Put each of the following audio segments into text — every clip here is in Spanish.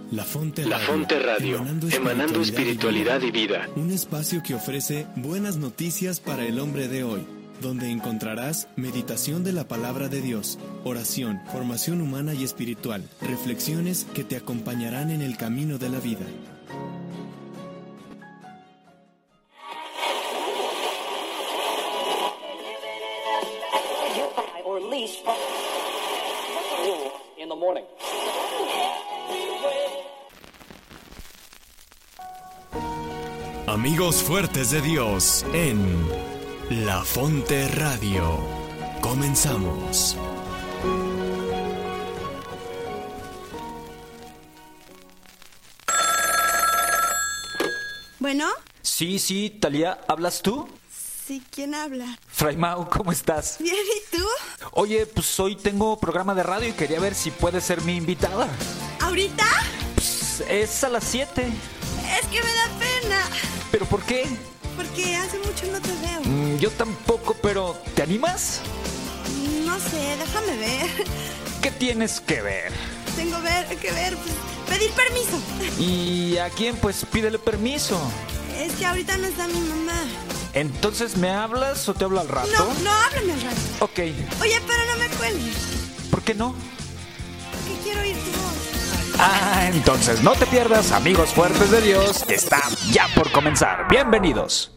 La Fonte Radio, emanando espiritualidad y vida. Un espacio que ofrece buenas noticias para el hombre de hoy, donde encontrarás meditación de la palabra de Dios, oración, formación humana y espiritual, reflexiones que te acompañarán en el camino de la vida. Amigos fuertes de Dios en La Fonte Radio. Comenzamos. ¿Bueno? Sí, Talía, ¿hablas tú? Sí, ¿quién habla? Fray Mau, ¿cómo estás? Bien, ¿y tú? Oye, pues hoy tengo programa de radio y quería ver si puedes ser mi invitada. ¿Ahorita? Pues es a las 7. Es que me da pena. ¿Pero por qué? Porque hace mucho no te veo. Yo tampoco, pero ¿te animas? No sé, déjame ver. ¿Qué tienes que ver? Tengo que ver, pues, pedir permiso. ¿Y a quién? Pues pídele permiso. Es que ahorita no está mi mamá. ¿Entonces me hablas o te hablo al rato? No, háblame al rato. Ok. Oye, pero no me cuelgues. ¿Por qué no? Porque quiero oír tu voz. Entonces no te pierdas, amigos fuertes de Dios, que está ya por comenzar. Bienvenidos.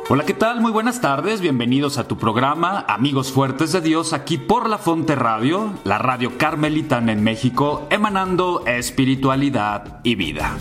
Hola, ¿qué tal? Muy buenas tardes, bienvenidos a tu programa Amigos Fuertes de Dios, aquí por La Fonte Radio, la radio carmelitana en México, emanando espiritualidad y vida.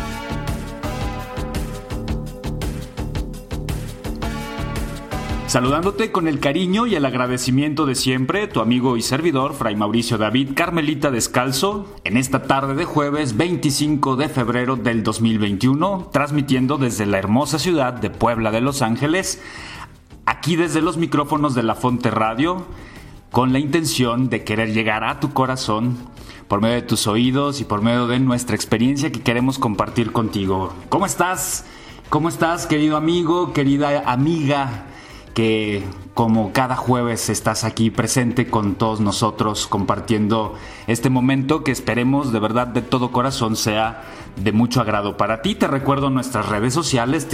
Saludándote con el cariño y el agradecimiento de siempre, tu amigo y servidor, Fray Mauricio David Carmelita Descalzo, en esta tarde de jueves 25 de febrero del 2021, transmitiendo desde la hermosa ciudad de Puebla de Los Ángeles, aquí desde los micrófonos de La Fonte Radio, con la intención de querer llegar a tu corazón por medio de tus oídos y por medio de nuestra experiencia que queremos compartir contigo. ¿Cómo estás? ¿Cómo estás, querido amigo, querida amiga? Que como cada jueves estás aquí presente con todos nosotros compartiendo este momento que esperemos de verdad de todo corazón sea de mucho agrado para ti. Te recuerdo nuestras redes sociales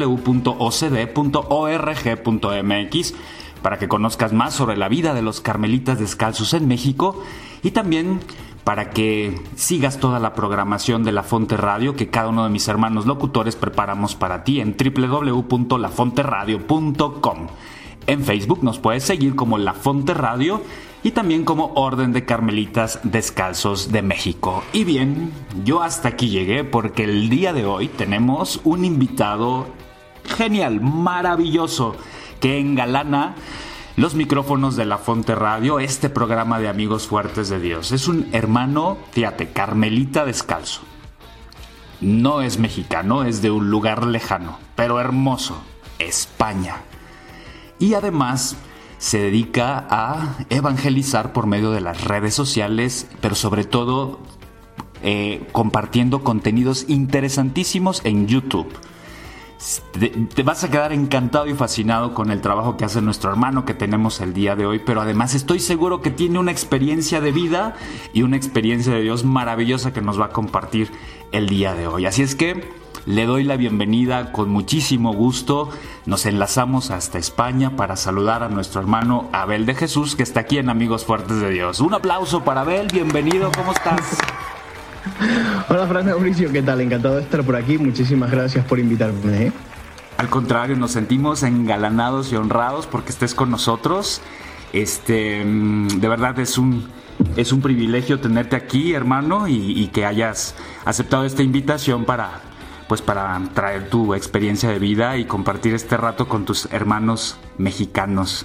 www.ocd.org.mx para que conozcas más sobre la vida de los carmelitas descalzos en México y también para que sigas toda la programación de La Fonte Radio que cada uno de mis hermanos locutores preparamos para ti en www.lafonteradio.com. En Facebook nos puedes seguir como La Fonte Radio y también como Orden de Carmelitas Descalzos de México. Y bien, yo hasta aquí llegué porque el día de hoy tenemos un invitado genial, maravilloso, que engalana los micrófonos de La Fonte Radio, este programa de Amigos Fuertes de Dios. Es un hermano, fíjate, carmelita descalzo. No es mexicano, es de un lugar lejano, pero hermoso, España. Y además se dedica a evangelizar por medio de las redes sociales, pero sobre todo compartiendo contenidos interesantísimos en YouTube. Te vas a quedar encantado y fascinado con el trabajo que hace nuestro hermano que tenemos el día de hoy, pero además estoy seguro que tiene una experiencia de vida y una experiencia de Dios maravillosa que nos va a compartir el día de hoy. Así es que le doy la bienvenida con muchísimo gusto. Nos enlazamos hasta España para saludar a nuestro hermano Abel de Jesús, que está aquí en Amigos Fuertes de Dios. Un aplauso para Abel, bienvenido, ¿cómo estás? Hola, Fray Mauricio, ¿qué tal? Encantado de estar por aquí, muchísimas gracias por invitarme. Al contrario, nos sentimos engalanados y honrados porque estés con nosotros. De verdad es un privilegio tenerte aquí, hermano, y que hayas aceptado esta invitación para traer tu experiencia de vida y compartir este rato con tus hermanos mexicanos.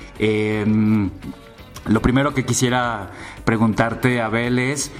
Lo primero que quisiera preguntarte, Abel, es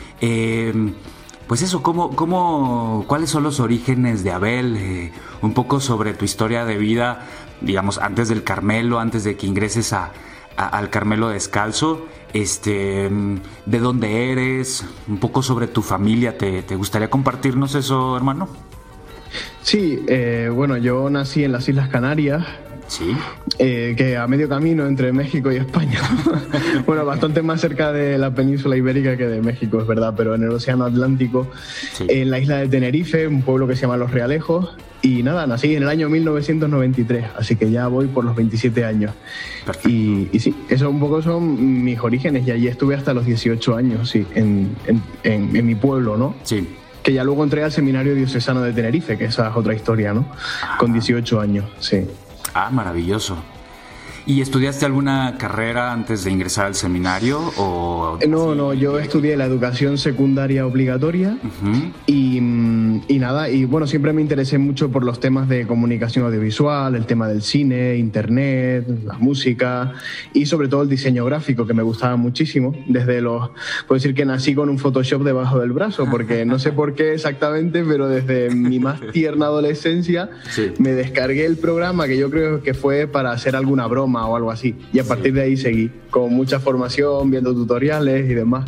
pues eso, ¿cuáles son los orígenes de Abel? Un poco sobre tu historia de vida, digamos, antes del Carmelo, antes de que ingreses al Carmelo Descalzo. ¿De dónde eres? Un poco sobre tu familia. ¿Te gustaría compartirnos eso, hermano? Sí, bueno, yo nací en las Islas Canarias. Sí. Que a medio camino entre México y España. Bueno, bastante más cerca de la península ibérica que de México, es verdad, pero en el Océano Atlántico, sí. En la isla de Tenerife, un pueblo que se llama Los Realejos. Y nada, nací en el año 1993, así que ya voy por los 27 años. Perfecto. Y sí, eso un poco son mis orígenes, y allí estuve hasta los 18 años, sí, en mi pueblo, ¿no? Sí. Que ya luego entré al Seminario Diocesano de Tenerife, que esa es otra historia, ¿no? Con 18 años, sí. Ah, maravilloso. ¿Y estudiaste alguna carrera antes de ingresar al seminario? No, yo estudié la educación secundaria obligatoria. Uh-huh. Y nada, y bueno, siempre me interesé mucho por los temas de comunicación audiovisual, el tema del cine, internet, la música y sobre todo el diseño gráfico, que me gustaba muchísimo. Puedo decir que nací con un Photoshop debajo del brazo, porque no sé por qué exactamente, pero desde mi más tierna adolescencia sí. Me descargué el programa, que yo creo que fue para hacer alguna broma o algo así, y a partir de ahí seguí con mucha formación, viendo tutoriales y demás.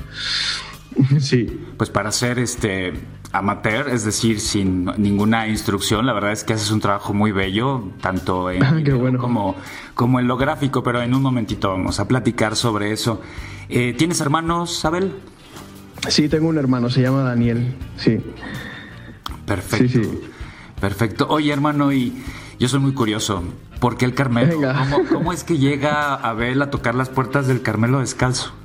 Sí. Pues para ser amateur, es decir, sin ninguna instrucción, la verdad es que haces un trabajo muy bello, tanto en video bueno. como en lo gráfico, pero en un momentito vamos a platicar sobre eso. ¿Tienes hermanos, Abel? Sí, tengo un hermano, se llama Daniel, sí. Perfecto. Sí, sí. Perfecto. Oye, hermano, y yo soy muy curioso. ¿Por qué el Carmelo? ¿Cómo es que llega Abel a tocar las puertas del Carmelo Descalzo?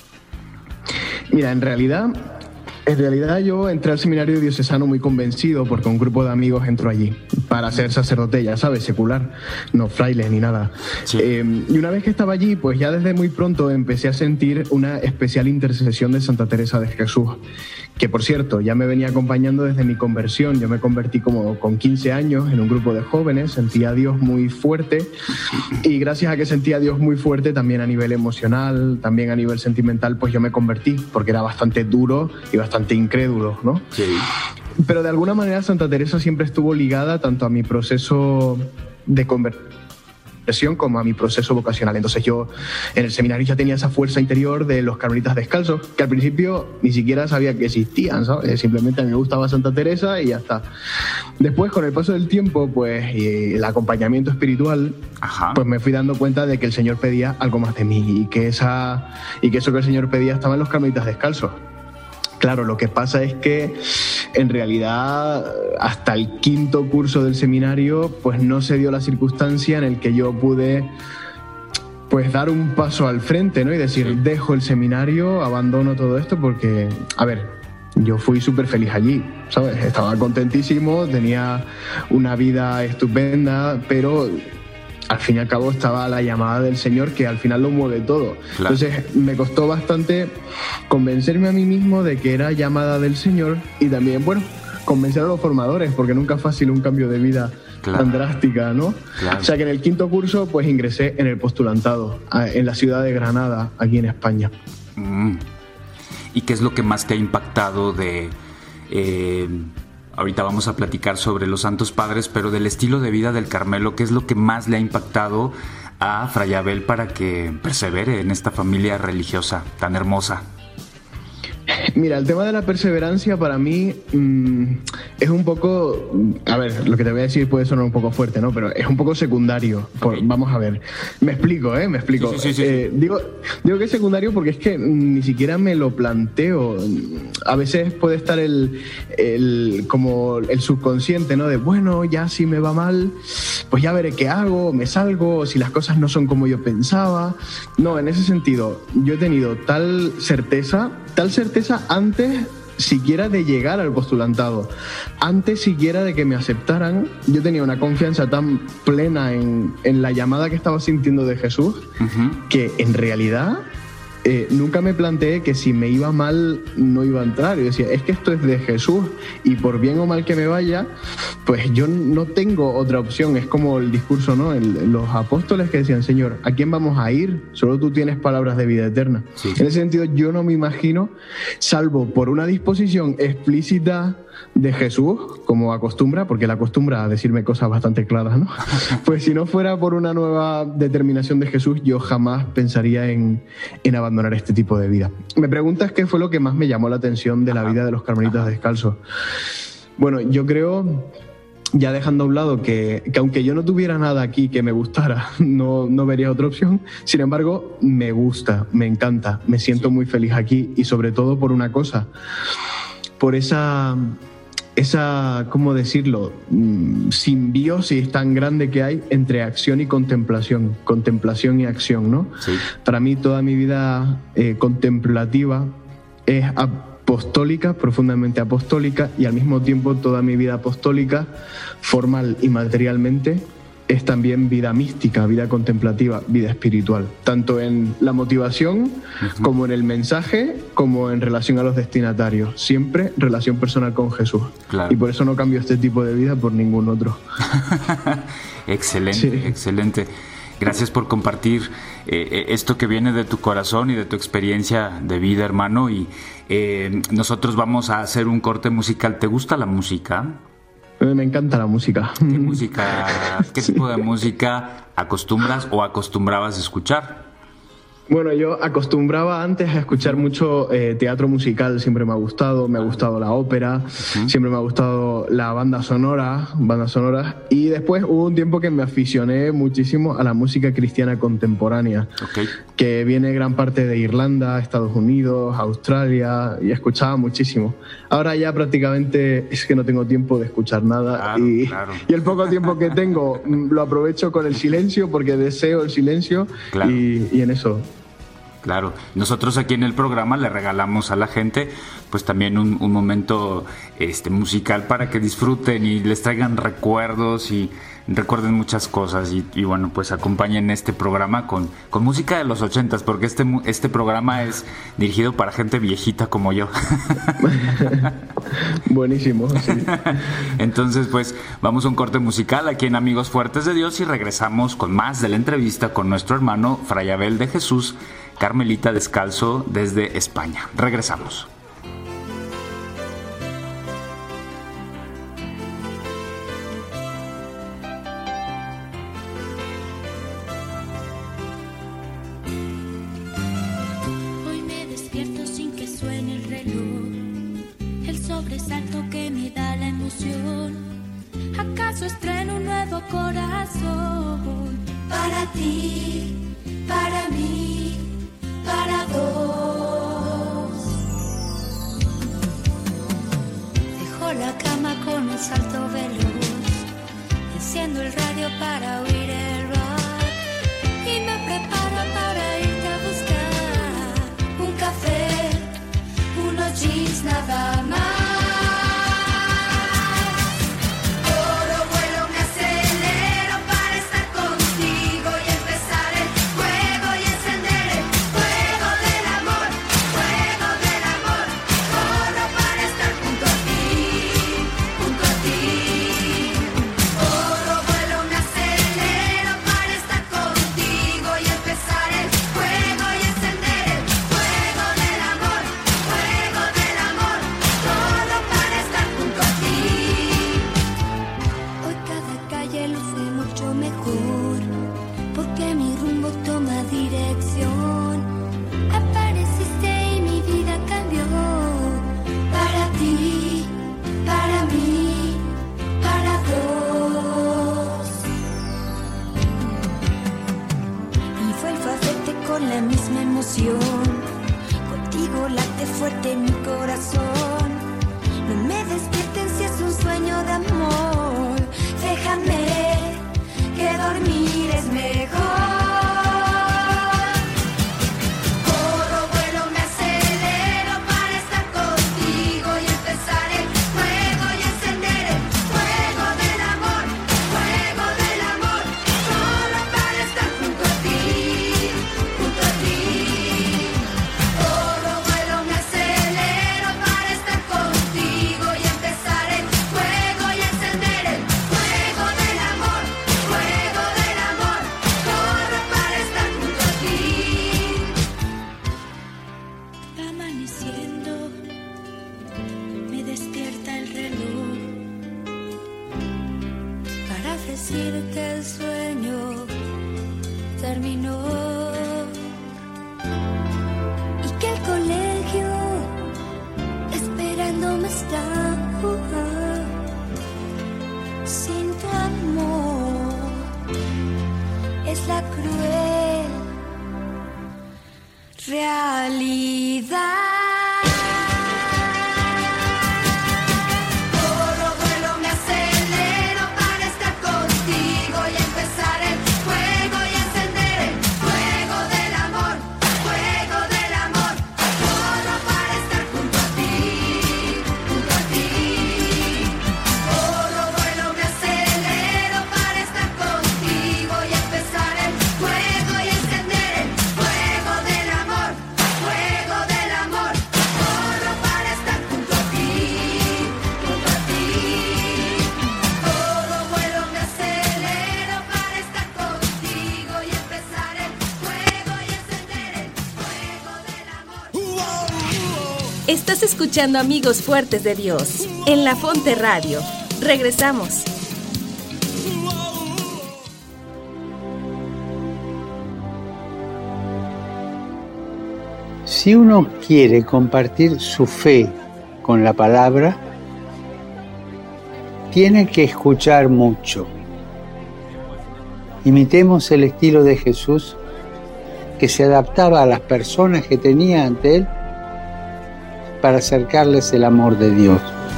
Mira, en realidad yo entré al Seminario Diocesano muy convencido porque un grupo de amigos entró allí. para ser sacerdote, ya sabes, secular, no fraile ni nada. Sí. Y una vez que estaba allí, pues ya desde muy pronto empecé a sentir una especial intercesión de Santa Teresa de Jesús, que por cierto ya me venía acompañando desde mi conversión. Yo me convertí como con 15 años en un grupo de jóvenes, sentía a Dios muy fuerte, y gracias a que sentía a Dios muy fuerte también a nivel emocional, también a nivel sentimental, pues yo me convertí, porque era bastante duro y bastante incrédulo, ¿no? Sí. Pero de alguna manera Santa Teresa siempre estuvo ligada tanto a mi proceso de conversión como a mi proceso vocacional. Entonces yo en el seminario ya tenía esa fuerza interior de los carmelitas descalzos, que al principio ni siquiera sabía que existían, ¿sabes? Simplemente a mí me gustaba Santa Teresa y ya está. Después, con el paso del tiempo, pues, y el acompañamiento espiritual, Ajá. pues me fui dando cuenta de que el Señor pedía algo más de mí, y que eso que el Señor pedía estaba en los carmelitas descalzos. Claro, lo que pasa es que en realidad hasta el 5º curso del seminario pues no se dio la circunstancia en el que yo pude pues dar un paso al frente, ¿no? Y decir, dejo el seminario, abandono todo esto, porque, a ver, yo fui súper feliz allí, ¿sabes? Estaba contentísimo, tenía una vida estupenda, pero al fin y al cabo estaba la llamada del Señor, que al final lo mueve todo. Claro. Entonces me costó bastante convencerme a mí mismo de que era llamada del Señor, y también, bueno, convencer a los formadores, porque nunca es fácil un cambio de vida tan drástica, ¿no? Claro. O sea que en el 5º curso pues ingresé en el postulantado en la ciudad de Granada, aquí en España. ¿Y qué es lo que más te ha impactado de... ahorita vamos a platicar sobre los Santos Padres, pero del estilo de vida del Carmelo? ¿Qué es lo que más le ha impactado a Fray Abel para que persevere en esta familia religiosa tan hermosa? Mira, el tema de la perseverancia para mí es un poco... A ver, lo que te voy a decir puede sonar un poco fuerte, ¿no? Pero es un poco secundario. Vamos a ver. Me explico. Sí. Digo que es secundario porque es que ni siquiera me lo planteo. A veces puede estar como el subconsciente, ¿no? De, bueno, ya si me va mal, pues ya veré qué hago, me salgo, si las cosas no son como yo pensaba. No, en ese sentido, yo he tenido tal certeza antes siquiera de llegar al postulantado, antes siquiera de que me aceptaran. Yo tenía una confianza tan plena en la llamada que estaba sintiendo de Jesús, que en realidad nunca me planteé que si me iba mal no iba a entrar. Yo decía, es que esto es de Jesús, y por bien o mal que me vaya, pues yo no tengo otra opción. Es como el discurso, ¿no? Los apóstoles que decían, Señor, ¿a quién vamos a ir? Solo tú tienes palabras de vida eterna. Sí. En ese sentido, yo no me imagino, salvo por una disposición explícita de Jesús, como acostumbra, porque él acostumbra a decirme cosas bastante claras, ¿no? Pues si no fuera por una nueva determinación de Jesús, yo jamás pensaría en abandonar este tipo de vida. Me preguntas qué fue lo que más me llamó la atención de la vida de los carmelitas descalzos. Bueno, yo creo, ya dejando a un lado que aunque yo no tuviera nada aquí que me gustara, no vería otra opción. Sin embargo, me gusta, me encanta, me siento muy feliz aquí, y sobre todo por una cosa, por esa, ¿cómo decirlo?, simbiosis tan grande que hay entre acción y contemplación y acción, ¿no? Sí. Para mí toda mi vida contemplativa es apostólica, profundamente apostólica, y al mismo tiempo toda mi vida apostólica, formal y materialmente, es también vida mística, vida contemplativa, vida espiritual, tanto en la motivación como en el mensaje, como en relación a los destinatarios. Siempre relación personal con Jesús. Claro. Y por eso no cambio este tipo de vida por ningún otro. Excelente, sí. Excelente. Gracias por compartir esto que viene de tu corazón y de tu experiencia de vida, hermano. Y nosotros vamos a hacer un corte musical. ¿Te gusta la música? Me encanta la música. ¿Qué tipo de música acostumbras o acostumbrabas a escuchar? Bueno, yo acostumbraba antes a escuchar mucho teatro musical, siempre me ha gustado la ópera, siempre me ha gustado la bandas sonoras, y después hubo un tiempo que me aficioné muchísimo a la música cristiana contemporánea, que viene gran parte de Irlanda, Estados Unidos, Australia, y escuchaba muchísimo. Ahora ya prácticamente es que no tengo tiempo de escuchar nada, y el poco tiempo que tengo lo aprovecho con el silencio, porque deseo el silencio, y en eso. Claro, nosotros aquí en el programa le regalamos a la gente pues también un momento musical para que disfruten y les traigan recuerdos y recuerden muchas cosas y bueno, pues acompañen este programa con música de los 80s, porque este programa es dirigido para gente viejita como yo. Buenísimo, sí. Entonces pues vamos a un corte musical aquí en Amigos Fuertes de Dios y regresamos con más de la entrevista con nuestro hermano Fray Abel de Jesús, carmelita descalzo desde España. Regresamos. Hoy me despierto sin que suene el reloj, el sobresalto que me da la emoción. ¿Acaso estreno un nuevo corazón? Para ti, para mí, para dos. Dejo la cama con un salto veloz, enciendo el radio para oír el rock y me preparo para irte a buscar un café, unos jeans nada más. Contigo late fuerte mi corazón. No me despierten si es un sueño de amor. Déjame que dormir es mejor. Estás escuchando Amigos Fuertes de Dios en La Fonte Radio. Regresamos. Si uno quiere compartir su fe con la palabra, tiene que escuchar mucho. Imitemos el estilo de Jesús, que se adaptaba a las personas que tenía ante él para acercarles el amor de Dios.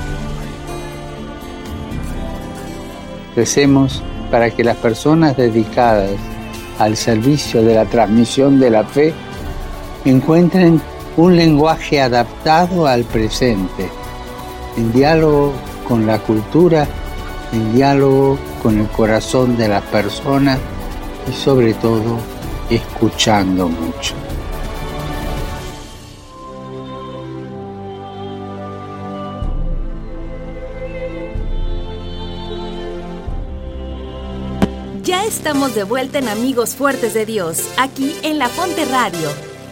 Recemos para que las personas dedicadas al servicio de la transmisión de la fe encuentren un lenguaje adaptado al presente, en diálogo con la cultura, en diálogo con el corazón de las personas y sobre todo escuchando mucho. Ya estamos de vuelta en Amigos Fuertes de Dios, aquí en La Fonte Radio.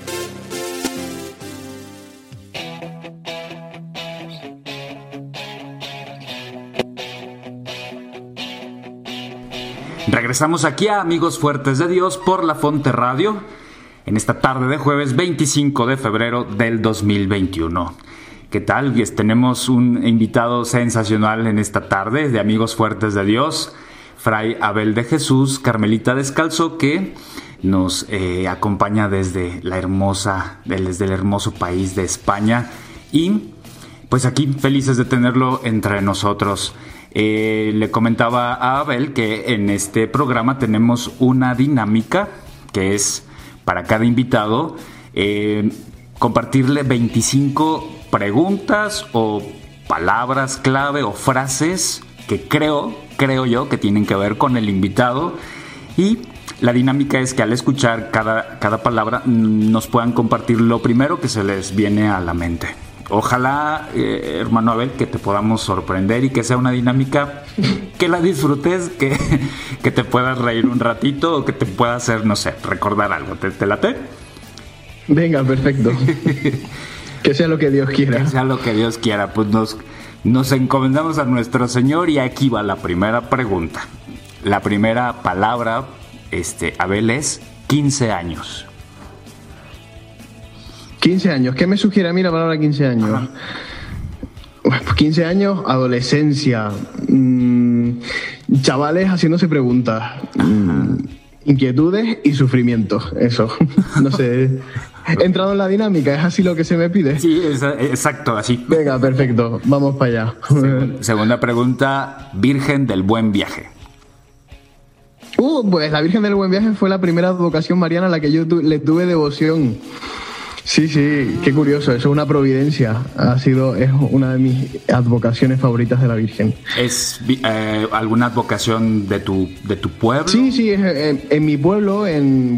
Regresamos aquí a Amigos Fuertes de Dios por La Fonte Radio en esta tarde de jueves 25 de febrero del 2021. ¿Qué tal? Tenemos un invitado sensacional en esta tarde de Amigos Fuertes de Dios, Fray Abel de Jesús, Carmelita Descalzo, que nos acompaña desde el hermoso país de España. Y pues aquí felices de tenerlo entre nosotros. Le comentaba a Abel que en este programa tenemos una dinámica que es para cada invitado compartirle 25 preguntas o palabras clave o frases que creo yo que tienen que ver con el invitado, y la dinámica es que al escuchar cada palabra nos puedan compartir lo primero que se les viene a la mente. Ojalá, hermano Abel, que te podamos sorprender y que sea una dinámica que la disfrutes, que te puedas reír un ratito o que te pueda hacer, no sé, recordar algo. ¿Te late? Venga, perfecto. Que sea lo que Dios quiera. Que sea lo que Dios quiera. Pues nos encomendamos a nuestro Señor y aquí va la primera pregunta. La primera palabra, Abel, es 15 años. 15 años. ¿Qué me sugiere a mí la palabra 15 años? 15 años, adolescencia, chavales haciéndose preguntas, inquietudes y sufrimientos. Eso, no sé. He entrado en la dinámica, ¿es así lo que se me pide? Sí, exacto, así. Venga, perfecto, vamos para allá. Segunda pregunta, Virgen del Buen Viaje. Pues la Virgen del Buen Viaje fue la primera advocación mariana a la que yo le tuve devoción. Sí, qué curioso, eso es una providencia. Es una de mis advocaciones favoritas de la Virgen. ¿Es alguna advocación de tu pueblo? Sí, en mi pueblo, el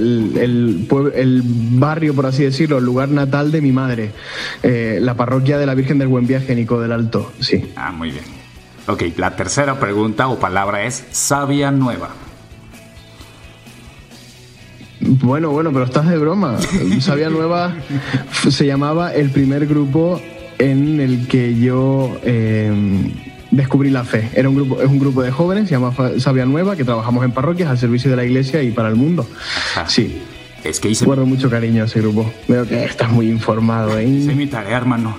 barrio, por así decirlo, el lugar natal de mi madre, la parroquia de la Virgen del Buen Viaje, Nico del Alto, sí. Ah, muy bien. Ok, la tercera pregunta o palabra es Savia Nueva. Bueno, pero estás de broma. Savia Nueva se llamaba el primer grupo en el que yo descubrí la fe. Es un grupo de jóvenes, se llama Savia Nueva, que trabajamos en parroquias al servicio de la iglesia y para el mundo. Ajá. Sí. Es que guardo mucho cariño a ese grupo. Veo que estás muy informado, ¿eh? Hice mi tarea, hermano.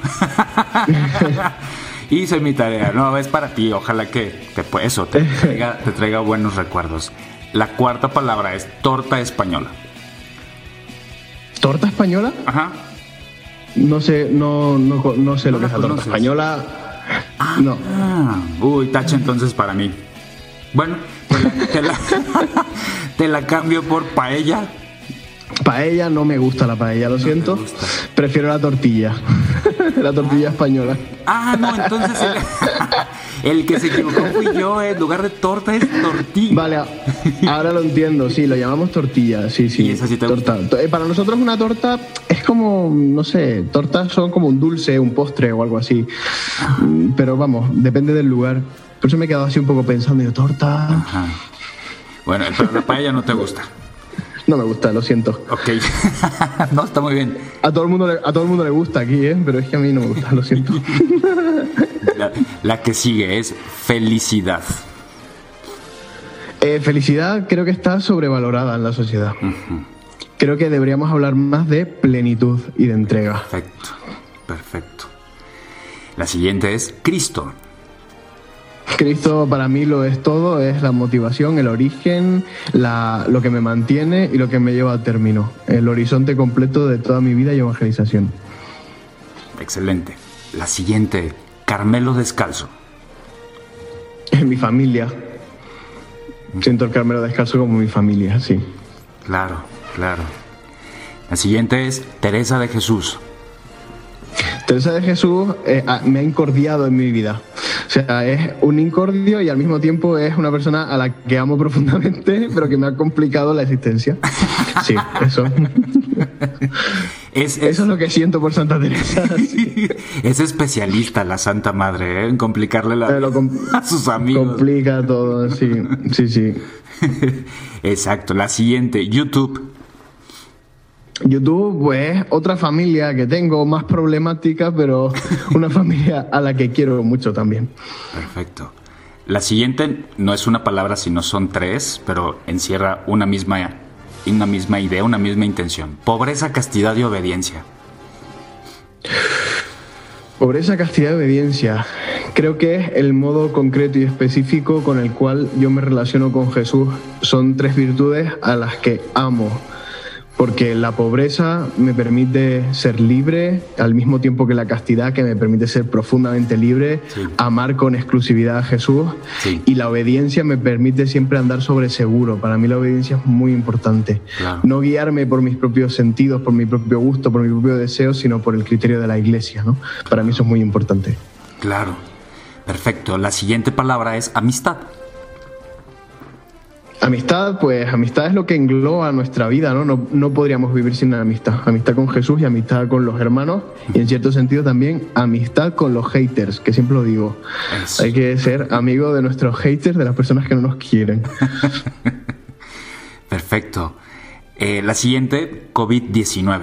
Hice mi tarea. No, es para ti. Ojalá que te traiga buenos recuerdos. La cuarta palabra es torta española. ¿Torta española? Ajá. No sé lo que es la torta española. No. Uy, tache entonces para mí. Bueno, te la cambio por paella. Paella, no me gusta la paella, lo siento. Prefiero la tortilla. La tortilla española. No, entonces el que se equivocó fui yo. En lugar de torta es tortilla. Vale, ahora lo entiendo. Sí, lo llamamos tortilla. Sí. ¿Y esa sí te torta. Para nosotros una torta es como, no sé, tortas son como un dulce, un postre o algo así. Pero vamos, depende del lugar. Por eso me he quedado así un poco pensando, yo, torta. Ajá. Bueno, pero la paella no te gusta. No me gusta, lo siento. Ok. No, está muy bien. A todo el mundo le gusta aquí, pero es que a mí no me gusta, lo siento. La que sigue es felicidad. Felicidad creo que está sobrevalorada en la sociedad. Uh-huh. Creo que deberíamos hablar más de plenitud y de entrega. Perfecto. La siguiente es Cristo. Cristo para mí lo es todo, es la motivación, el origen, lo que me mantiene y lo que me lleva a término. El horizonte completo de toda mi vida y evangelización. Excelente. La siguiente, Carmelo Descalzo. Es mi familia. Siento el Carmelo Descalzo como mi familia, sí. Claro. La siguiente es Teresa de Jesús. Teresa de Jesús me ha incordiado en mi vida. O sea, es un incordio y al mismo tiempo es una persona a la que amo profundamente, pero que me ha complicado la existencia. Sí, eso. Eso es lo que siento por Santa Teresa. Sí. Es especialista la Santa Madre, en complicarle la vida a sus amigos. Complica todo, sí. Sí. Exacto. La siguiente, YouTube. YouTube, pues, otra familia que tengo más problemática, pero una familia a la que quiero mucho también. Perfecto. La siguiente no es una palabra, sino son 3, pero encierra una misma idea, una misma intención. Pobreza, castidad y obediencia. Pobreza, castidad y obediencia. Creo que es el modo concreto y específico con el cual yo me relaciono con Jesús. Son 3 virtudes a las que amo. Porque la pobreza me permite ser libre, al mismo tiempo que la castidad, que me permite ser profundamente libre, sí. Amar con exclusividad a Jesús, sí. Y la obediencia me permite siempre andar sobre seguro. Para mí la obediencia es muy importante. Claro. No guiarme por mis propios sentidos, por mi propio gusto, por mi propio deseo, sino por el criterio de la Iglesia, ¿no? Para mí eso es muy importante. Claro, perfecto. La siguiente palabra es amistad. Amistad, pues amistad es lo que engloba nuestra vida, ¿no? No podríamos vivir sin amistad. Amistad con Jesús y amistad con los hermanos y en cierto sentido también amistad con los haters, que siempre lo digo. Eso. Hay que ser amigo de nuestros haters, de las personas que no nos quieren. Perfecto. La siguiente, COVID-19.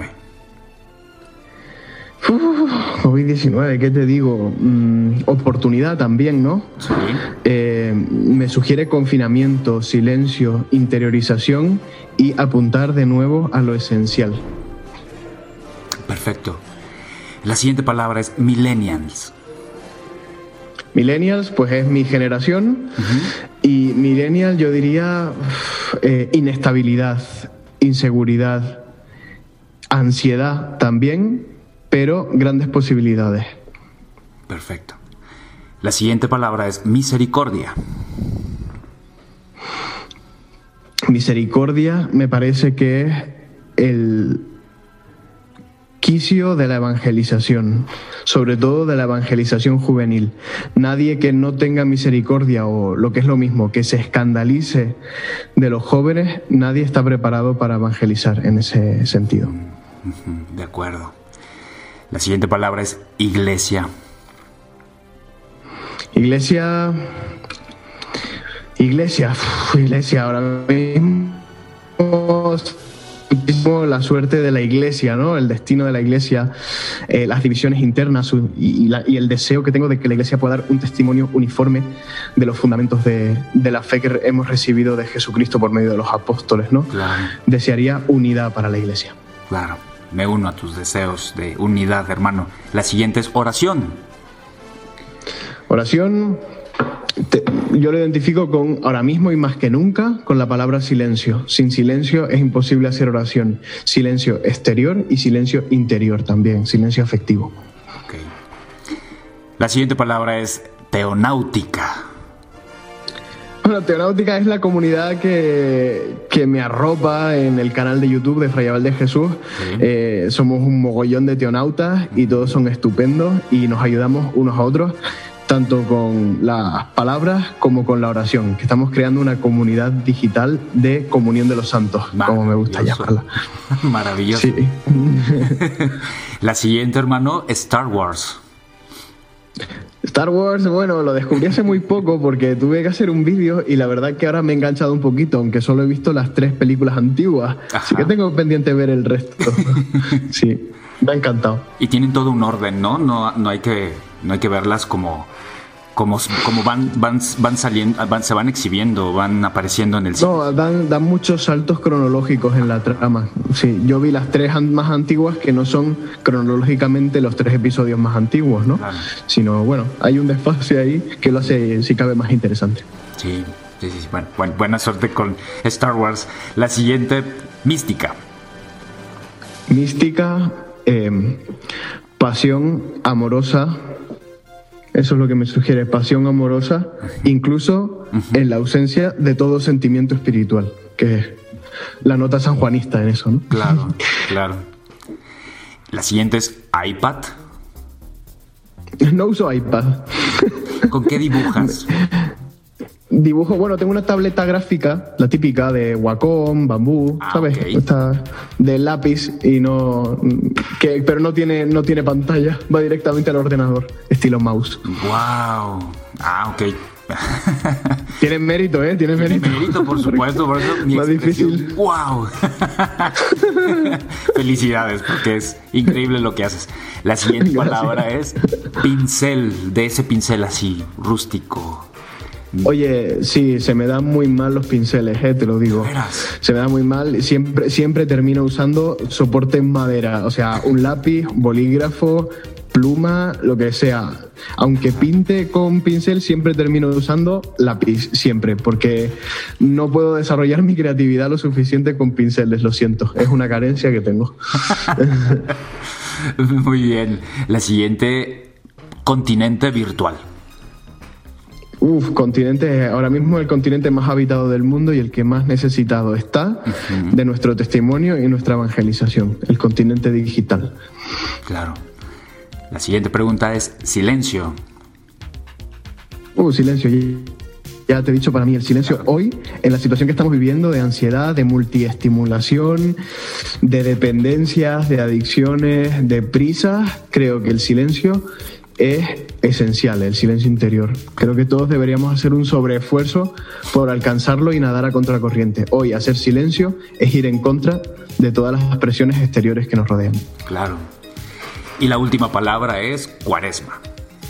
COVID-19, ¿qué te digo? Oportunidad también, ¿no? Sí. Me sugiere confinamiento, silencio, interiorización y apuntar de nuevo a lo esencial. Perfecto. La siguiente palabra es millennials. Millennials, pues es mi generación. Y millennial yo diría inestabilidad, inseguridad, ansiedad también, pero grandes posibilidades. Perfecto. La siguiente palabra es misericordia. Misericordia me parece que es el quicio de la evangelización, sobre todo de la evangelización juvenil. Nadie que no tenga misericordia, o lo que es lo mismo, que se escandalice de los jóvenes, nadie está preparado para evangelizar en ese sentido. De acuerdo. La siguiente palabra es iglesia. Iglesia, ahora mismo la suerte de la iglesia, ¿no? El destino de la iglesia, las divisiones internas y el deseo que tengo de que la iglesia pueda dar un testimonio uniforme de los fundamentos de la fe que hemos recibido de Jesucristo por medio de los apóstoles, ¿no? Claro. Desearía unidad para la iglesia. Claro, me uno a tus deseos de unidad, hermano. La siguiente es oración. Oración, yo lo identifico con, ahora mismo y más que nunca, con la palabra silencio. Sin silencio es imposible hacer oración. Silencio exterior y silencio interior también, silencio afectivo. Okay. La siguiente palabra es teonáutica. Bueno, teonáutica es la comunidad que me arropa en el canal de YouTube de Fray Abel de Jesús. Sí. Somos un mogollón de teonautas y todos son estupendos y nos ayudamos unos a otros, tanto con las palabras como con la oración, que estamos creando una comunidad digital de comunión de los santos, como me gusta llamarla. Maravilloso. Sí. La siguiente, hermano, Star Wars. Star Wars, bueno, lo descubrí hace muy poco porque tuve que hacer un vídeo y la verdad que ahora me he enganchado un poquito, aunque solo he visto las 3 películas antiguas. Ajá. Así que tengo pendiente ver el resto. Sí, me ha encantado. Y tienen todo un orden, ¿no? No hay que verlas como van saliendo, se van exhibiendo, van apareciendo en el cine. No, dan muchos saltos cronológicos en la trama. Sí, yo vi las 3 más antiguas que no son cronológicamente los 3 episodios más antiguos, ¿no? Claro. Sino, bueno, hay un desfase ahí que lo hace, si cabe, más interesante. Sí. Bueno, buena suerte con Star Wars. La siguiente, mística. Mística, pasión amorosa. Eso es lo que me sugiere, pasión amorosa, incluso en la ausencia de todo sentimiento espiritual, que la nota sanjuanista en eso, ¿no? Claro, claro. La siguiente es iPad. No uso iPad. ¿Con qué dibujas? Dibujo, bueno, tengo una tableta gráfica, la típica de Wacom, Bambú, ¿sabes? Okay. Esta de lápiz y pero no tiene pantalla, va directamente al ordenador, estilo mouse. Wow. Ok. Tiene mérito, ¿eh? Tiene mérito, por supuesto, por eso mi más difícil. ¡Wow! Felicidades, porque es increíble lo que haces. La siguiente palabra es pincel, de ese pincel así, rústico. Oye, sí, se me dan muy mal los pinceles, te lo digo. Se me da muy mal. Siempre termino usando soporte en madera. O sea, un lápiz, bolígrafo, pluma, lo que sea. Aunque pinte con pincel, siempre termino usando lápiz, siempre. Porque no puedo desarrollar mi creatividad lo suficiente con pinceles, lo siento. Es una carencia que tengo. Muy bien. La siguiente, continente virtual. Continente, ahora mismo el continente más habitado del mundo y el que más necesitado está de nuestro testimonio y nuestra evangelización, el continente digital. Claro. La siguiente pregunta es silencio. Silencio. Ya te he dicho, para mí el silencio hoy, en la situación que estamos viviendo de ansiedad, de multiestimulación, de dependencias, de adicciones, de prisas, creo que el silencio es esencial, el silencio interior. Creo que todos deberíamos hacer un sobreesfuerzo por alcanzarlo y nadar a contracorriente. Hoy hacer silencio es ir en contra de todas las presiones exteriores que nos rodean. Claro. Y la última palabra es cuaresma.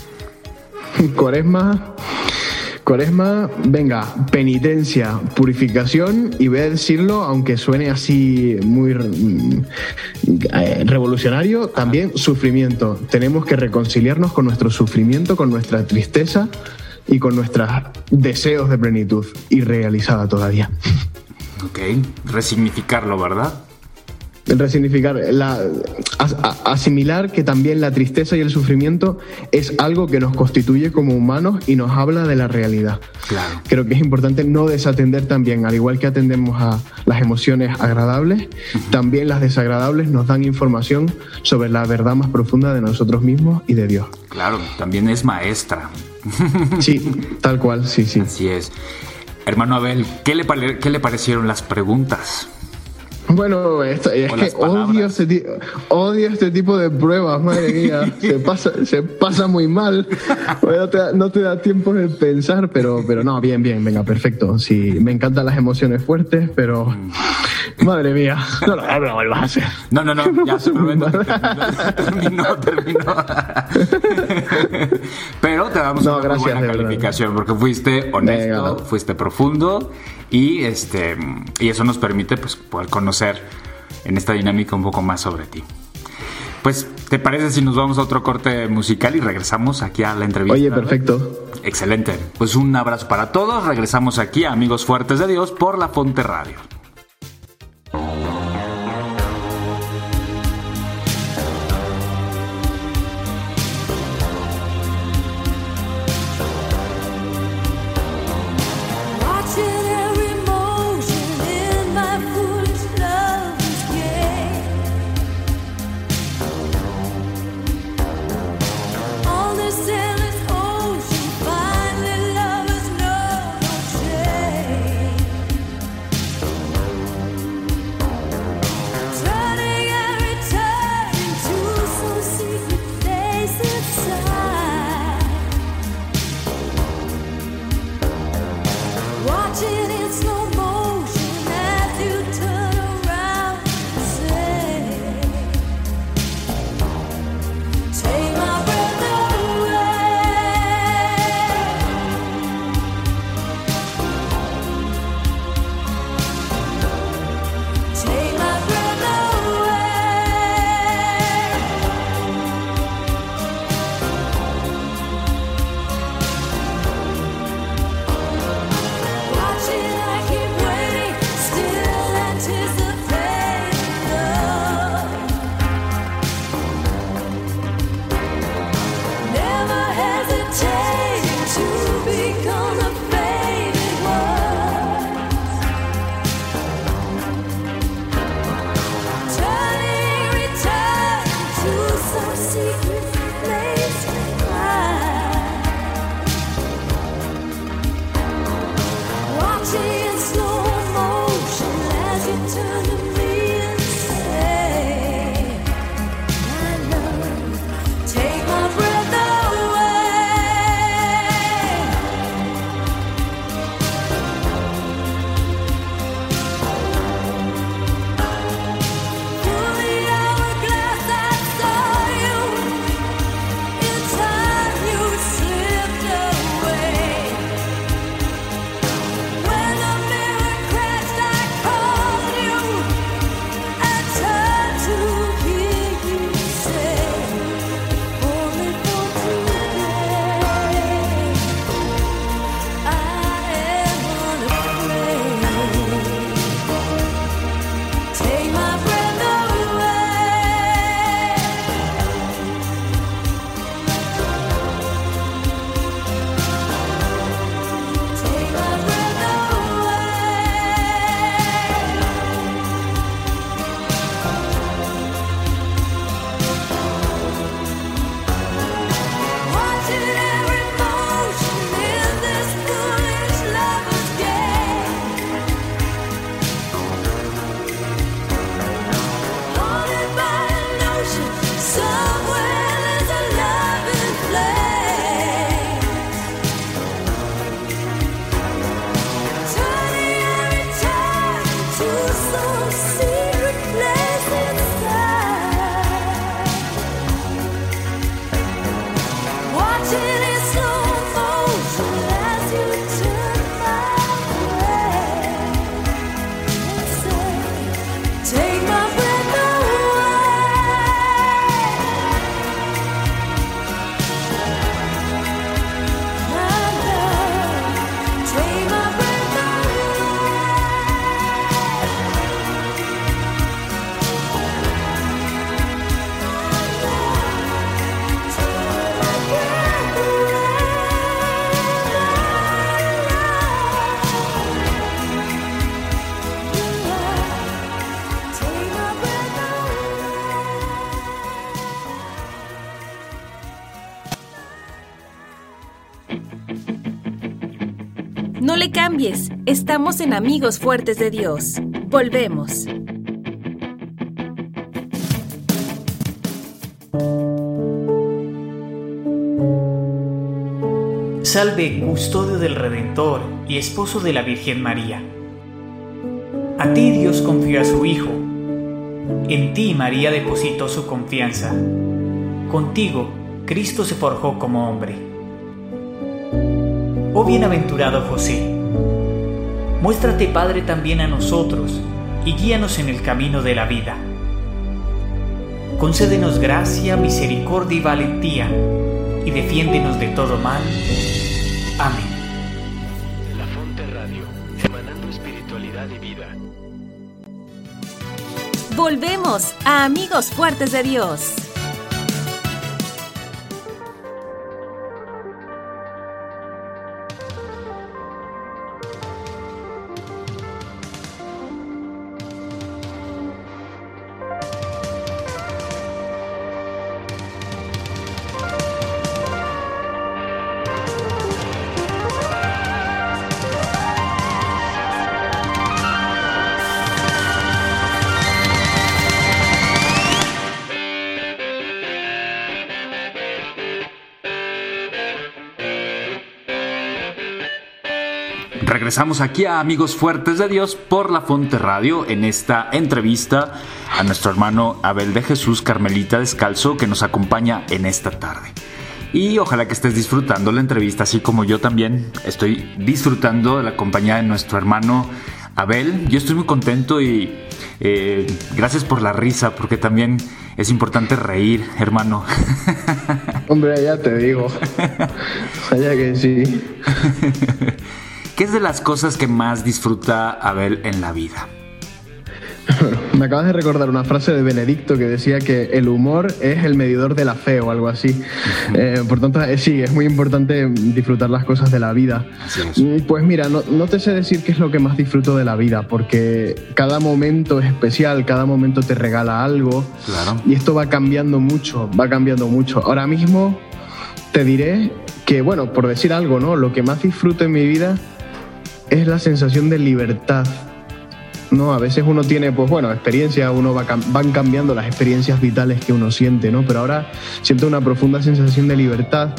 Cuaresma, venga, penitencia, purificación, y voy a decirlo, aunque suene así muy revolucionario, también sufrimiento. Tenemos que reconciliarnos con nuestro sufrimiento, con nuestra tristeza y con nuestros deseos de plenitud irrealizada todavía. Ok, resignificarlo, ¿verdad? Resignificar, asimilar que también la tristeza y el sufrimiento es algo que nos constituye como humanos y nos habla de la realidad. Claro. Creo que es importante no desatender también, al igual que atendemos a las emociones agradables, también las desagradables nos dan información sobre la verdad más profunda de nosotros mismos y de Dios. Claro, también es maestra. Sí, tal cual, sí. Así es. Hermano Abel, ¿qué le parecieron las preguntas? Bueno, es que odio este tipo de pruebas, madre mía. Se pasa muy mal. No te da tiempo de pensar, pero no, bien, venga, perfecto. Sí, me encantan las emociones fuertes, pero madre mía, no lo vuelvas a hacer. No, ya simplemente terminó. Pero te damos una muy buena calificación porque fuiste honesto, fuiste profundo. Y eso nos permite pues poder conocer en esta dinámica un poco más sobre ti. Pues, ¿te parece si nos vamos a otro corte musical y regresamos aquí a la entrevista? Oye, perfecto. Excelente. Pues un abrazo para todos. Regresamos aquí a Amigos Fuertes de Dios por La Fonte Radio. le cambies, estamos en Amigos Fuertes de Dios. Volvemos. Salve, custodio del Redentor y esposo de la Virgen María. A ti Dios confió a su Hijo. En ti María depositó su confianza. Contigo Cristo se forjó como hombre. Oh bienaventurado José, muéstrate Padre también a nosotros y guíanos en el camino de la vida. Concédenos gracia, misericordia y valentía y defiéndenos de todo mal. Amén. La Fonte Radio, emanando espiritualidad y vida. Volvemos a Amigos Fuertes de Dios. Regresamos aquí a Amigos Fuertes de Dios por La Fonte Radio en esta entrevista a nuestro hermano Abel de Jesús Carmelita Descalzo, que nos acompaña en esta tarde. Y ojalá que estés disfrutando la entrevista, así como yo también estoy disfrutando de la compañía de nuestro hermano Abel. Yo estoy muy contento y gracias por la risa, porque también es importante reír, hermano. Hombre, ya te digo. Vaya que sí. ¿Qué es de las cosas que más disfruta Abel en la vida? Me acabas de recordar una frase de Benedicto que decía que el humor es el medidor de la fe o algo así. Por tanto, sí, es muy importante disfrutar las cosas de la vida. Pues mira, no te sé decir qué es lo que más disfruto de la vida, porque cada momento es especial, cada momento te regala algo. Claro. Y esto va cambiando mucho, Ahora mismo te diré que, bueno, por decir algo, ¿no? Lo que más disfruto en mi vida es la sensación de libertad, ¿no? A veces uno tiene, pues bueno, experiencias, van cambiando las experiencias vitales que uno siente, ¿no? Pero ahora siento una profunda sensación de libertad.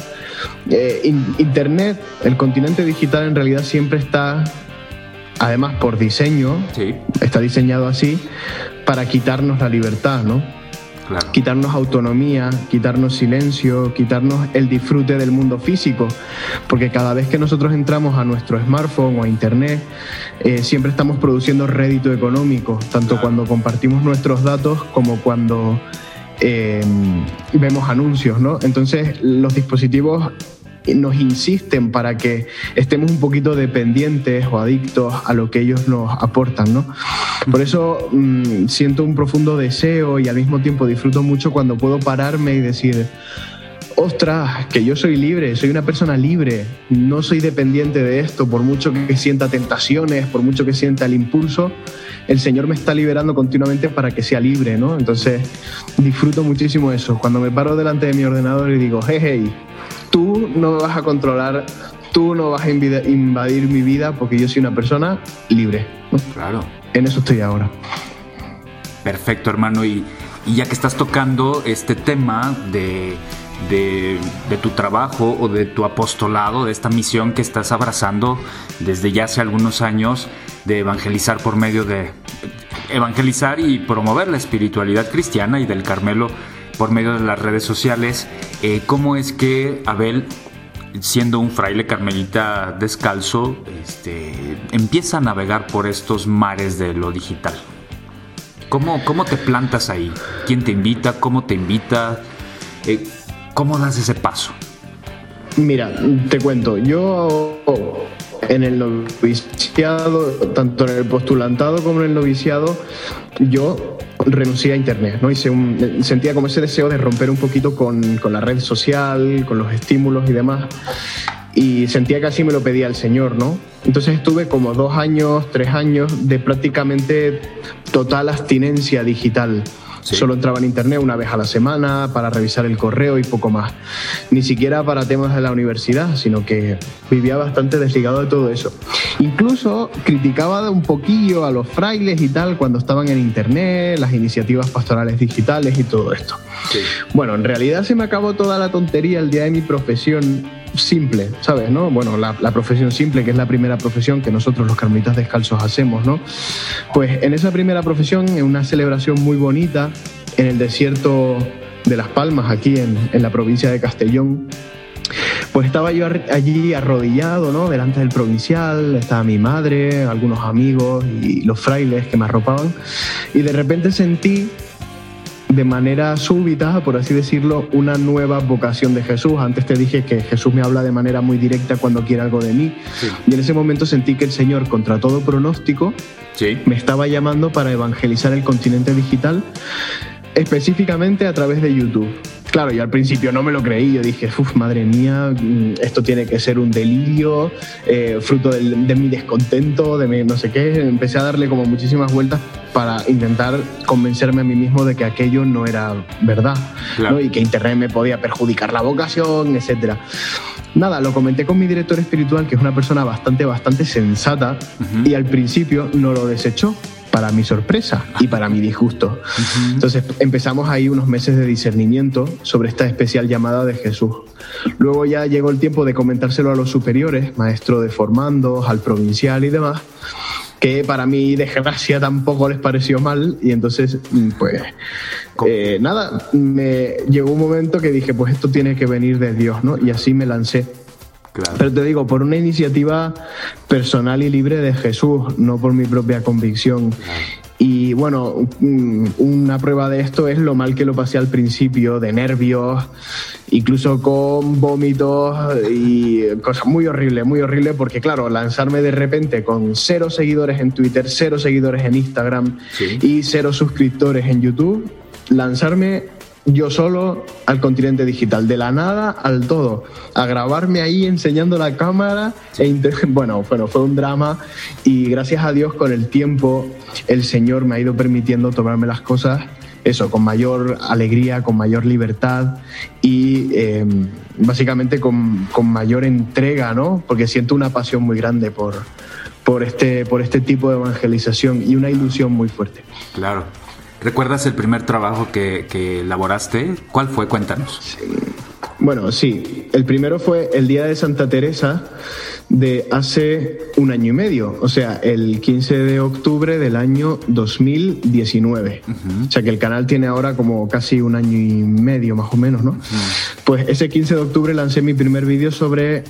Internet, el continente digital en realidad siempre está, además por diseño, sí, está diseñado así para quitarnos la libertad, ¿no? Claro. Quitarnos autonomía, quitarnos silencio, quitarnos el disfrute del mundo físico, porque cada vez que nosotros entramos a nuestro smartphone o a internet, siempre estamos produciendo rédito económico, tanto cuando compartimos nuestros datos como cuando vemos anuncios, ¿no? Entonces los dispositivos nos insisten para que estemos un poquito dependientes o adictos a lo que ellos nos aportan, ¿no? Por eso siento un profundo deseo y al mismo tiempo disfruto mucho cuando puedo pararme y decir: ostras, que yo soy libre, soy una persona libre, no soy dependiente de esto, por mucho que sienta tentaciones, por mucho que sienta el impulso, el Señor me está liberando continuamente para que sea libre, ¿no? Entonces disfruto muchísimo eso, cuando me paro delante de mi ordenador y digo: hey, tú no me vas a controlar, tú no vas a invadir mi vida, porque yo soy una persona libre, ¿no? Claro. En eso estoy ahora. Perfecto, hermano. Y ya que estás tocando este tema de tu trabajo o de tu apostolado, de esta misión que estás abrazando desde ya hace algunos años, de evangelizar por medio de evangelizar y promover la espiritualidad cristiana y del Carmelo por medio de las redes sociales, ¿cómo es que Abel, siendo un fraile carmelita descalzo, empieza a navegar por estos mares de lo digital? ¿Cómo te plantas ahí? ¿Quién te invita? ¿Cómo te invita? ¿Cómo das ese paso? Mira, te cuento, yo en el noviciado, tanto en el postulantado como en el noviciado, yo renuncié a internet, ¿no? Sentía como ese deseo de romper un poquito con la red social, con los estímulos y demás, y sentía que así me lo pedía el Señor, ¿no? Entonces estuve como 2 años, 3 años de prácticamente total abstinencia digital. Sí. Solo entraba en internet una vez a la semana para revisar el correo y poco más. Ni siquiera para temas de la universidad, sino que vivía bastante desligado de todo eso. Incluso criticaba un poquillo a los frailes y tal cuando estaban en internet, las iniciativas pastorales digitales y todo esto. Sí. Bueno, en realidad se me acabó toda la tontería el día de mi profesión simple, ¿sabes? ¿No? Bueno, la profesión simple, que es la primera profesión que nosotros los carmelitas descalzos hacemos, ¿no? Pues en esa primera profesión, en una celebración muy bonita, en el desierto de Las Palmas, aquí en la provincia de Castellón, pues estaba yo allí arrodillado, ¿no? Delante del provincial, estaba mi madre, algunos amigos y los frailes que me arropaban, y de repente sentí de manera súbita, por así decirlo, una nueva vocación de Jesús. Antes te dije que Jesús me habla de manera muy directa cuando quiere algo de mí. Sí. Y en ese momento sentí que el Señor, contra todo pronóstico, Sí. me estaba llamando para evangelizar el continente digital, específicamente a través de YouTube. Claro, yo al principio no me lo creí, yo dije, madre mía, esto tiene que ser un delirio, fruto de mi descontento, de mi no sé qué. Empecé a darle como muchísimas vueltas para intentar convencerme a mí mismo de que aquello no era verdad, Claro. ¿no? Y que internet me podía perjudicar la vocación, etc. Nada, lo comenté con mi director espiritual, que es una persona bastante sensata, y al principio no lo desechó, para mi sorpresa y para mi disgusto. Entonces empezamos ahí unos meses de discernimiento sobre esta especial llamada de Jesús. Luego ya llegó el tiempo de comentárselo a los superiores, maestro de formandos, al provincial y demás, que para mi desgracia tampoco les pareció mal, y entonces pues nada, me llegó un momento que dije, pues esto tiene que venir de Dios, ¿no? Y así me lancé. Claro. Pero te digo, por una iniciativa personal y libre de Jesús, no por mi propia convicción. Y bueno, una prueba de esto es lo mal que lo pasé al principio, de nervios, incluso con vómitos y cosas muy horribles, porque claro, lanzarme de repente con 0 seguidores en Twitter, 0 seguidores en Instagram, Sí. y 0 suscriptores en YouTube, lanzarme yo solo al continente digital, de la nada al todo, a grabarme ahí enseñando la cámara. Bueno, fue un drama, y gracias a Dios con el tiempo el Señor me ha ido permitiendo tomarme las cosas, eso, con mayor alegría, con mayor libertad y básicamente con mayor entrega, ¿no? Porque siento una pasión muy grande por este tipo de evangelización y una ilusión muy fuerte. Claro. ¿Recuerdas el primer trabajo que elaboraste? ¿Cuál fue? Cuéntanos. Bueno, sí. El primero fue el Día de Santa Teresa de hace 1 año y medio. O sea, el 15 de octubre del año 2019. O sea, que el canal tiene ahora como casi 1 año y medio, más o menos, ¿no? Pues ese 15 de octubre lancé mi primer vídeo sobre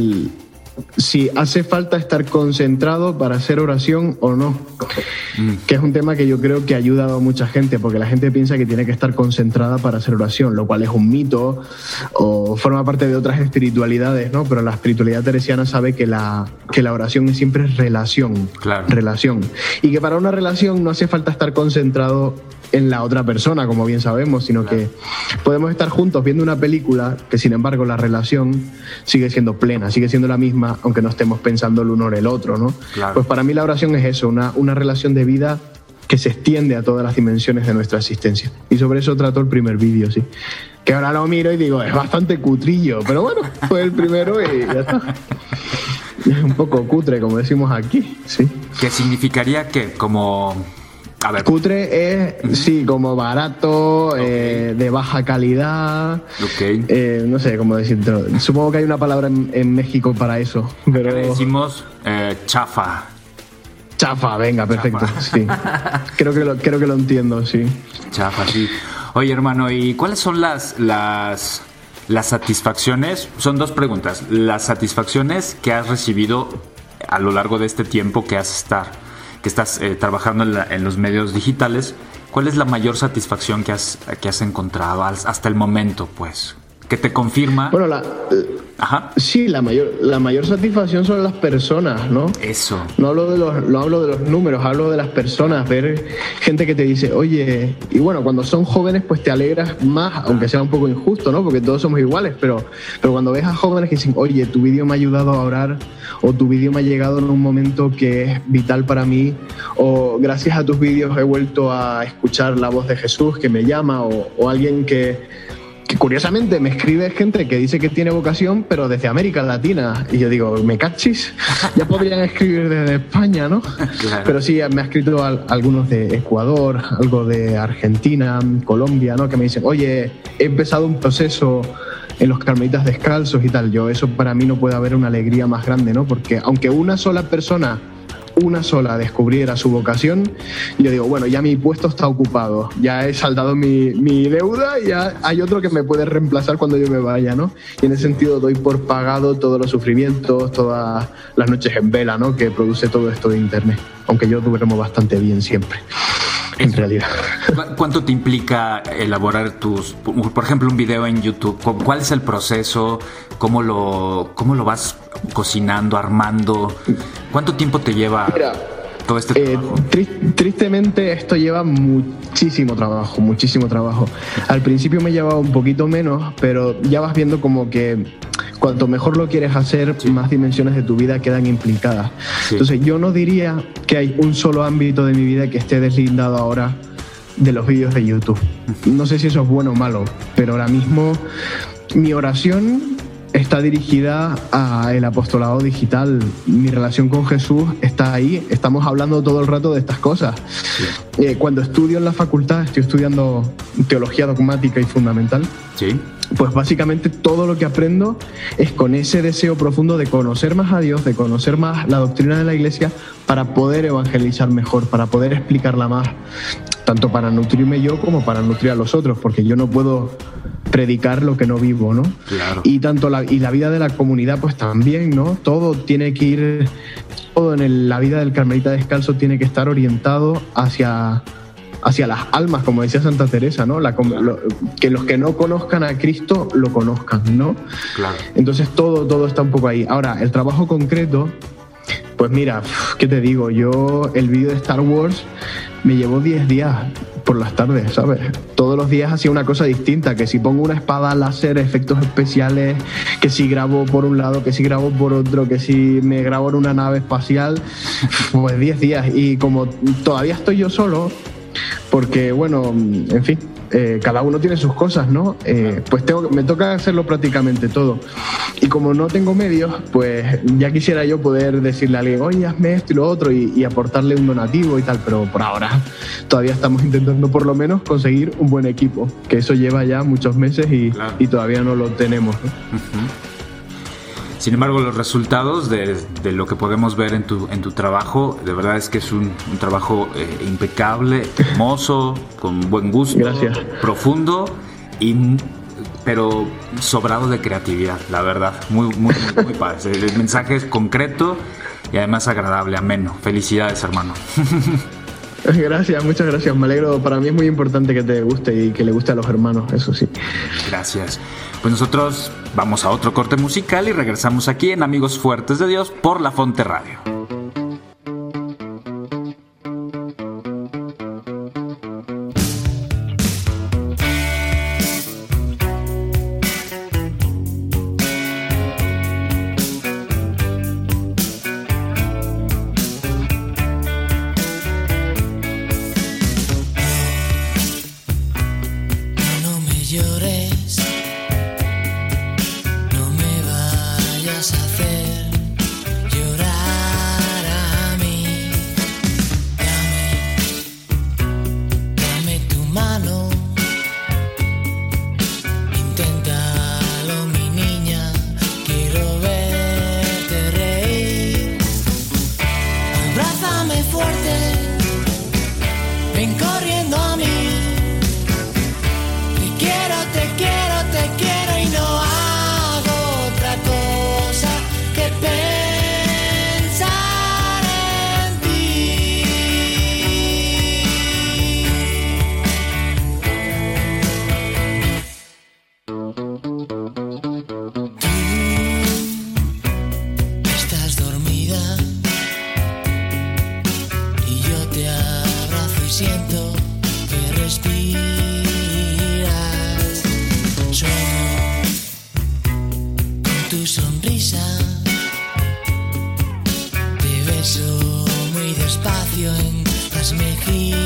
si hace falta estar concentrado para hacer oración o no, que es un tema que yo creo que ha ayudado a mucha gente, porque la gente piensa que tiene que estar concentrada para hacer oración, lo cual es un mito o forma parte de otras espiritualidades, ¿no? Pero la espiritualidad teresiana sabe que la oración es siempre relación, Claro. relación, y que para una relación no hace falta estar concentrado en la otra persona, como bien sabemos, sino que podemos estar juntos viendo una película que, sin embargo, la relación sigue siendo plena, sigue siendo la misma, aunque no estemos pensando el uno en el otro, ¿no? Claro. Pues para mí la oración es eso, una relación de vida que se extiende a todas las dimensiones de nuestra existencia. Y sobre eso trató el primer vídeo, sí. Que ahora lo miro y digo, es bastante cutrillo, pero bueno, fue el primero y ya está. Es un poco cutre, como decimos aquí, sí. ¿Qué significaría que como... A ver. Cutre es, sí, como barato, de baja calidad. Ok. No sé cómo decirlo. Supongo que hay una palabra en México para eso. Pero... Acá le decimos chafa. Chafa, venga, perfecto. Chafa. Sí. Creo que lo entiendo, sí. Chafa, sí. Oye, hermano, ¿y cuáles son las satisfacciones? Son 2 preguntas. Las satisfacciones que has recibido a lo largo de este tiempo que estás trabajando en los medios digitales. ¿Cuál es la mayor satisfacción que has encontrado hasta el momento, pues? que te confirma. Bueno, sí, la mayor satisfacción son las personas, ¿no? Eso. No hablo de los números, hablo de las personas, ver gente que te dice, oye, y bueno, cuando son jóvenes pues te alegras más, aunque sea un poco injusto, ¿no? Porque todos somos iguales, pero cuando ves a jóvenes que dicen, oye, tu vídeo me ha ayudado a orar, o tu vídeo me ha llegado en un momento que es vital para mí, o gracias a tus vídeos he vuelto a escuchar la voz de Jesús que me llama, o alguien que curiosamente me escribe gente que dice que tiene vocación, pero desde América Latina. Y yo digo, ¿me cachis? Ya podrían escribir desde España, ¿no? Claro. Pero sí, me ha escrito algunos de Ecuador, algo de Argentina, Colombia, ¿no? Que me dicen, oye, he empezado un proceso en los Carmelitas Descalzos y tal. Eso para mí no puede haber una alegría más grande, ¿no? Porque aunque una sola persona descubriera su vocación, yo digo, bueno, ya mi puesto está ocupado, ya he saldado mi deuda y ya hay otro que me puede reemplazar cuando yo me vaya, ¿no? Y en ese sentido doy por pagado todos los sufrimientos, todas las noches en vela, ¿no? Que produce todo esto de internet, aunque yo duermo bastante bien siempre. En realidad. ¿Cuánto te implica elaborar por ejemplo, un video en YouTube? ¿Cuál es el proceso? ¿Cómo lo vas cocinando, armando? ¿Cuánto tiempo te lleva todo este trabajo? Tristemente esto lleva muchísimo trabajo. Al principio me llevaba un poquito menos, pero ya vas viendo como que cuanto mejor lo quieres hacer, más dimensiones de tu vida quedan implicadas. Sí. Entonces yo no diría que hay un solo ámbito de mi vida que esté deslindado ahora de los vídeos de YouTube. No sé si eso es bueno o malo, pero ahora mismo mi oración está dirigida al apostolado digital. Mi relación con Jesús está ahí. Estamos hablando todo el rato de estas cosas. Sí. Cuando estudio en la facultad, estoy estudiando teología dogmática y fundamental. Sí. Pues básicamente todo lo que aprendo es con ese deseo profundo de conocer más a Dios, de conocer más la doctrina de la Iglesia para poder evangelizar mejor, para poder explicarla más, tanto para nutrirme yo como para nutrir a los otros, porque yo no puedo predicar lo que no vivo, ¿no? Claro. Y la vida de la comunidad pues también, ¿no? Todo en la vida del Carmelita Descalzo tiene que estar orientado hacia las almas, como decía Santa Teresa, ¿no? Que los que no conozcan a Cristo lo conozcan, ¿no? Claro. Entonces todo está un poco ahí. Ahora, el trabajo concreto, pues mira, ¿qué te digo? El vídeo de Star Wars me llevó 10 días por las tardes, ¿sabes? Todos los días hacía una cosa distinta, que si pongo una espada láser, efectos especiales, que si grabo por un lado, que si grabo por otro, que si me grabo en una nave espacial, pues 10 días. Y como todavía estoy yo solo, porque bueno, en fin, cada uno tiene sus cosas, ¿no? Pues me toca hacerlo prácticamente todo. Y como no tengo medios, pues ya quisiera yo poder decirle a alguien, oye, hazme esto y lo otro, y aportarle un donativo y tal, pero por ahora todavía estamos intentando por lo menos conseguir un buen equipo, que eso lleva ya muchos meses y todavía no lo tenemos, ¿no? Uh-huh. Sin embargo, los resultados de lo que podemos ver en tu trabajo, de verdad es que es un trabajo impecable, hermoso, con buen gusto. Gracias. Profundo, pero sobrado de creatividad, la verdad. Muy, muy, muy padre. El mensaje es concreto y además agradable, ameno. Felicidades, hermano. Gracias, muchas gracias. Me alegro. Para mí es muy importante que te guste y que le guste a los hermanos, eso sí. Gracias. Pues nosotros vamos a otro corte musical y regresamos aquí en Amigos Fuertes de Dios por La Fonte Radio. Llorar y yo te abrazo y siento que respiras. Sueño con tu sonrisa, te beso muy despacio en las mejillas.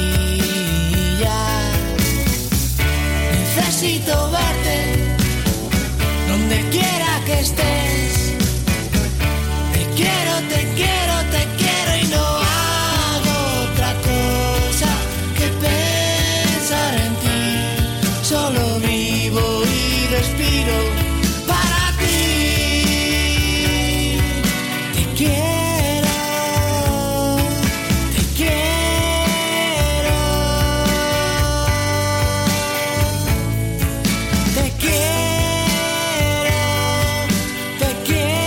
Necesito verte donde quiera que estés. Te quiero, te quiero, te quiero y no hago otra cosa que pensar en ti. Solo vivo y respiro para ti. Te quiero, te quiero, te quiero, te quiero.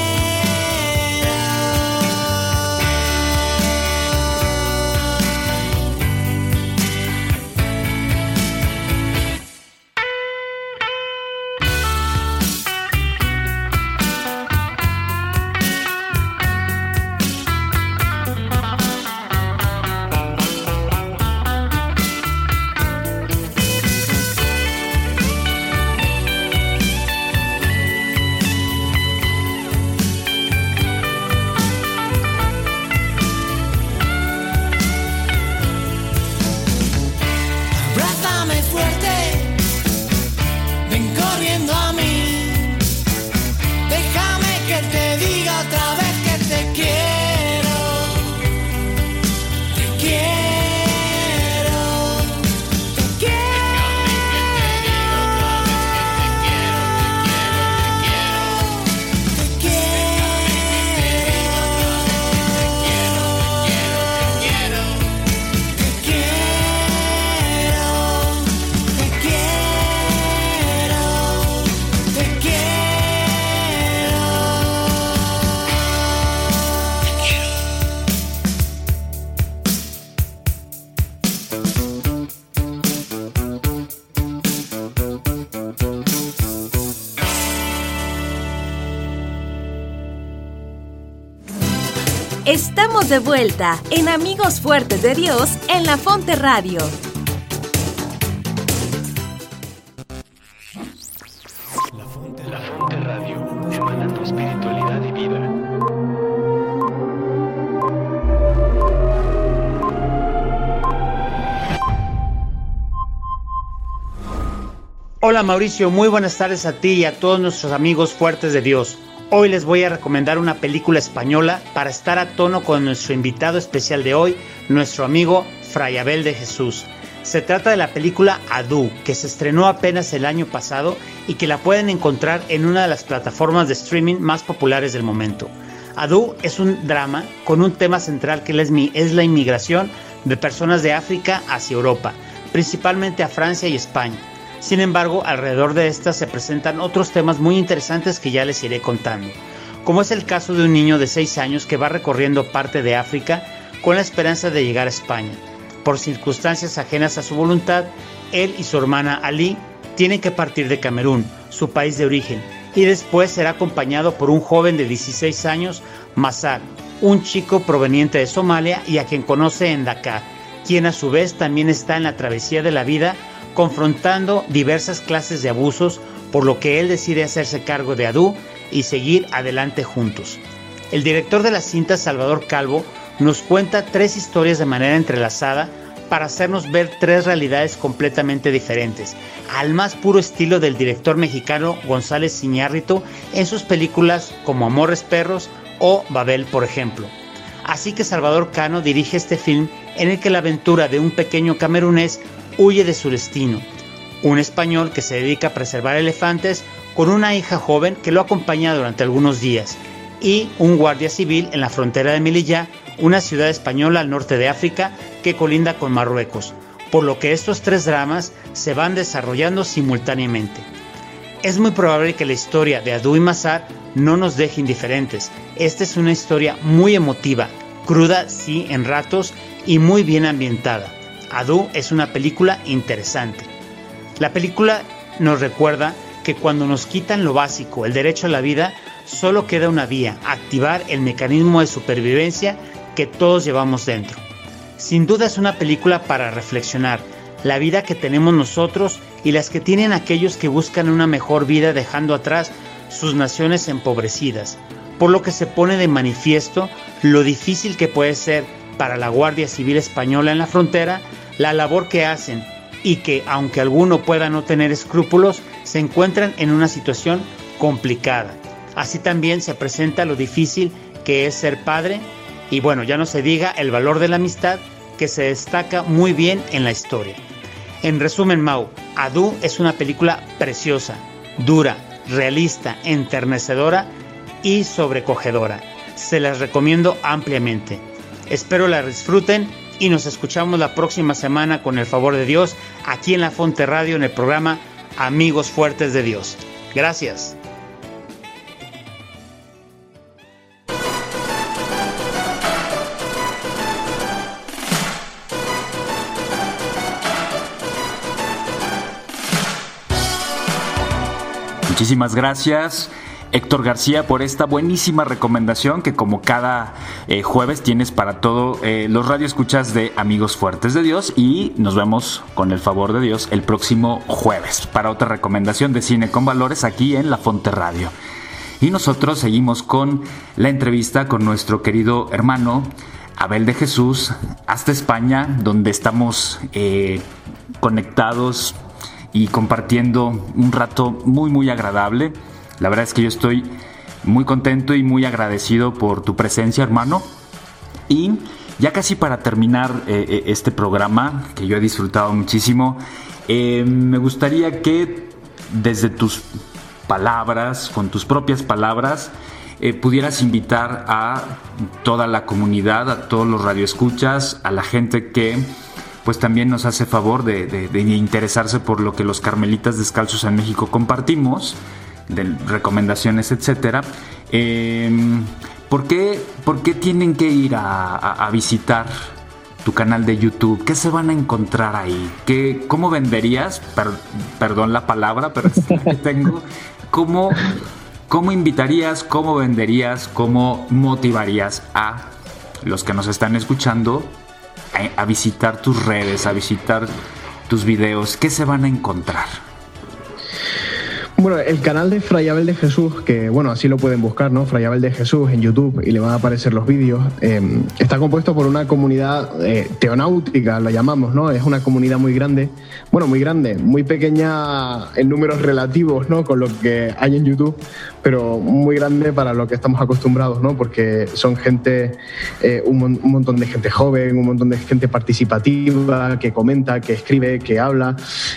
Abrázame fuerte, ven corriendo a mí. Déjame que te diga otra vez que te quiero. Te quiero, te quiero. Te quiero, te quiero, te quiero, te quiero. Estamos de vuelta en Amigos Fuertes de Dios en La Fonte Radio. La Fonte Radio, emanando espiritualidad y vida. Hola Mauricio, muy buenas tardes a ti y a todos nuestros amigos fuertes de Dios. Hoy les voy a recomendar una película española para estar a tono con nuestro invitado especial de hoy, nuestro amigo Fray Abel de Jesús. Se trata de la película Adu, que se estrenó apenas el año pasado y que la pueden encontrar en una de las plataformas de streaming más populares del momento. Adu es un drama con un tema central que es la inmigración de personas de África hacia Europa, principalmente a Francia y España. Sin embargo, alrededor de estas se presentan otros temas muy interesantes que ya les iré contando, como es el caso de un niño de 6 años que va recorriendo parte de África con la esperanza de llegar a España. Por circunstancias ajenas a su voluntad, él y su hermana Ali tienen que partir de Camerún, su país de origen, y después será acompañado por un joven de 16 años, Masar, un chico proveniente de Somalia y a quien conoce en Dakar, quien a su vez también está en la travesía de la vida confrontando diversas clases de abusos, por lo que él decide hacerse cargo de Adu y seguir adelante juntos. El director de la cinta, Salvador Calvo, nos cuenta 3 historias de manera entrelazada para hacernos ver 3 realidades completamente diferentes, al más puro estilo del director mexicano González Iñárritu en sus películas como Amores Perros o Babel, por ejemplo. Así que Salvador Cano dirige este film en el que la aventura de un pequeño camerunés huye de su destino. Un español que se dedica a preservar elefantes con una hija joven que lo acompaña durante algunos días, y un guardia civil en la frontera de Melilla, una ciudad española al norte de África que colinda con Marruecos, por lo que estos 3 dramas se van desarrollando simultáneamente. Es muy probable que la historia de Adu y Masar no nos deje indiferentes. Esta es una historia muy emotiva, cruda sí en ratos y muy bien ambientada. Adu es una película interesante. La película nos recuerda que cuando nos quitan lo básico, el derecho a la vida, solo queda una vía: activar el mecanismo de supervivencia que todos llevamos dentro. Sin duda es una película para reflexionar, la vida que tenemos nosotros y las que tienen aquellos que buscan una mejor vida dejando atrás sus naciones empobrecidas, por lo que se pone de manifiesto lo difícil que puede ser para la Guardia Civil Española en la frontera la labor que hacen y que, aunque alguno pueda no tener escrúpulos, se encuentran en una situación complicada. Así también se presenta lo difícil que es ser padre y bueno, ya no se diga el valor de la amistad que se destaca muy bien en la historia. En resumen, Mau, Adu es una película preciosa, dura, realista, enternecedora y sobrecogedora. Se las recomiendo ampliamente. Espero la disfruten y nos escuchamos la próxima semana con el favor de Dios aquí en La Fonte Radio en el programa Amigos Fuertes de Dios. Gracias. Muchísimas gracias, Héctor García, por esta buenísima recomendación que como cada jueves tienes para todos los radioescuchas de Amigos Fuertes de Dios, y nos vemos con el favor de Dios el próximo jueves para otra recomendación de cine con valores aquí en La Fonte Radio. Y nosotros seguimos con la entrevista con nuestro querido hermano Abel de Jesús hasta España, donde estamos conectados y compartiendo un rato muy agradable. La verdad es que yo estoy muy contento y muy agradecido por tu presencia, hermano. Y ya casi para terminar este programa, que yo he disfrutado muchísimo, me gustaría que desde tus palabras, con tus propias palabras, pudieras invitar a toda la comunidad, a todos los radioescuchas, a la gente que pues también nos hace favor de interesarse por lo que los carmelitas descalzos en México compartimos, de recomendaciones, etcétera. ¿Por qué tienen que ir a visitar tu canal de YouTube? ¿Qué se van a encontrar ahí? ¿Cómo venderías? Perdón la palabra, pero es la que tengo. ¿Cómo invitarías? ¿Cómo venderías? ¿Cómo motivarías a los que nos están escuchando a visitar tus redes, a visitar tus videos? ¿Qué se van a encontrar? Bueno, el canal de Fray Abel de Jesús, que bueno, así lo pueden buscar, ¿no? Fray Abel de Jesús en YouTube, y le van a aparecer los vídeos. Está compuesto por una comunidad teonáutica, la llamamos, ¿no? Es una comunidad muy grande, muy pequeña en números relativos, ¿no? Con lo que hay en YouTube, pero muy grande para lo que estamos acostumbrados, ¿no? Porque son gente, un montón de gente joven, un montón de gente participativa, que comenta, que escribe, que habla.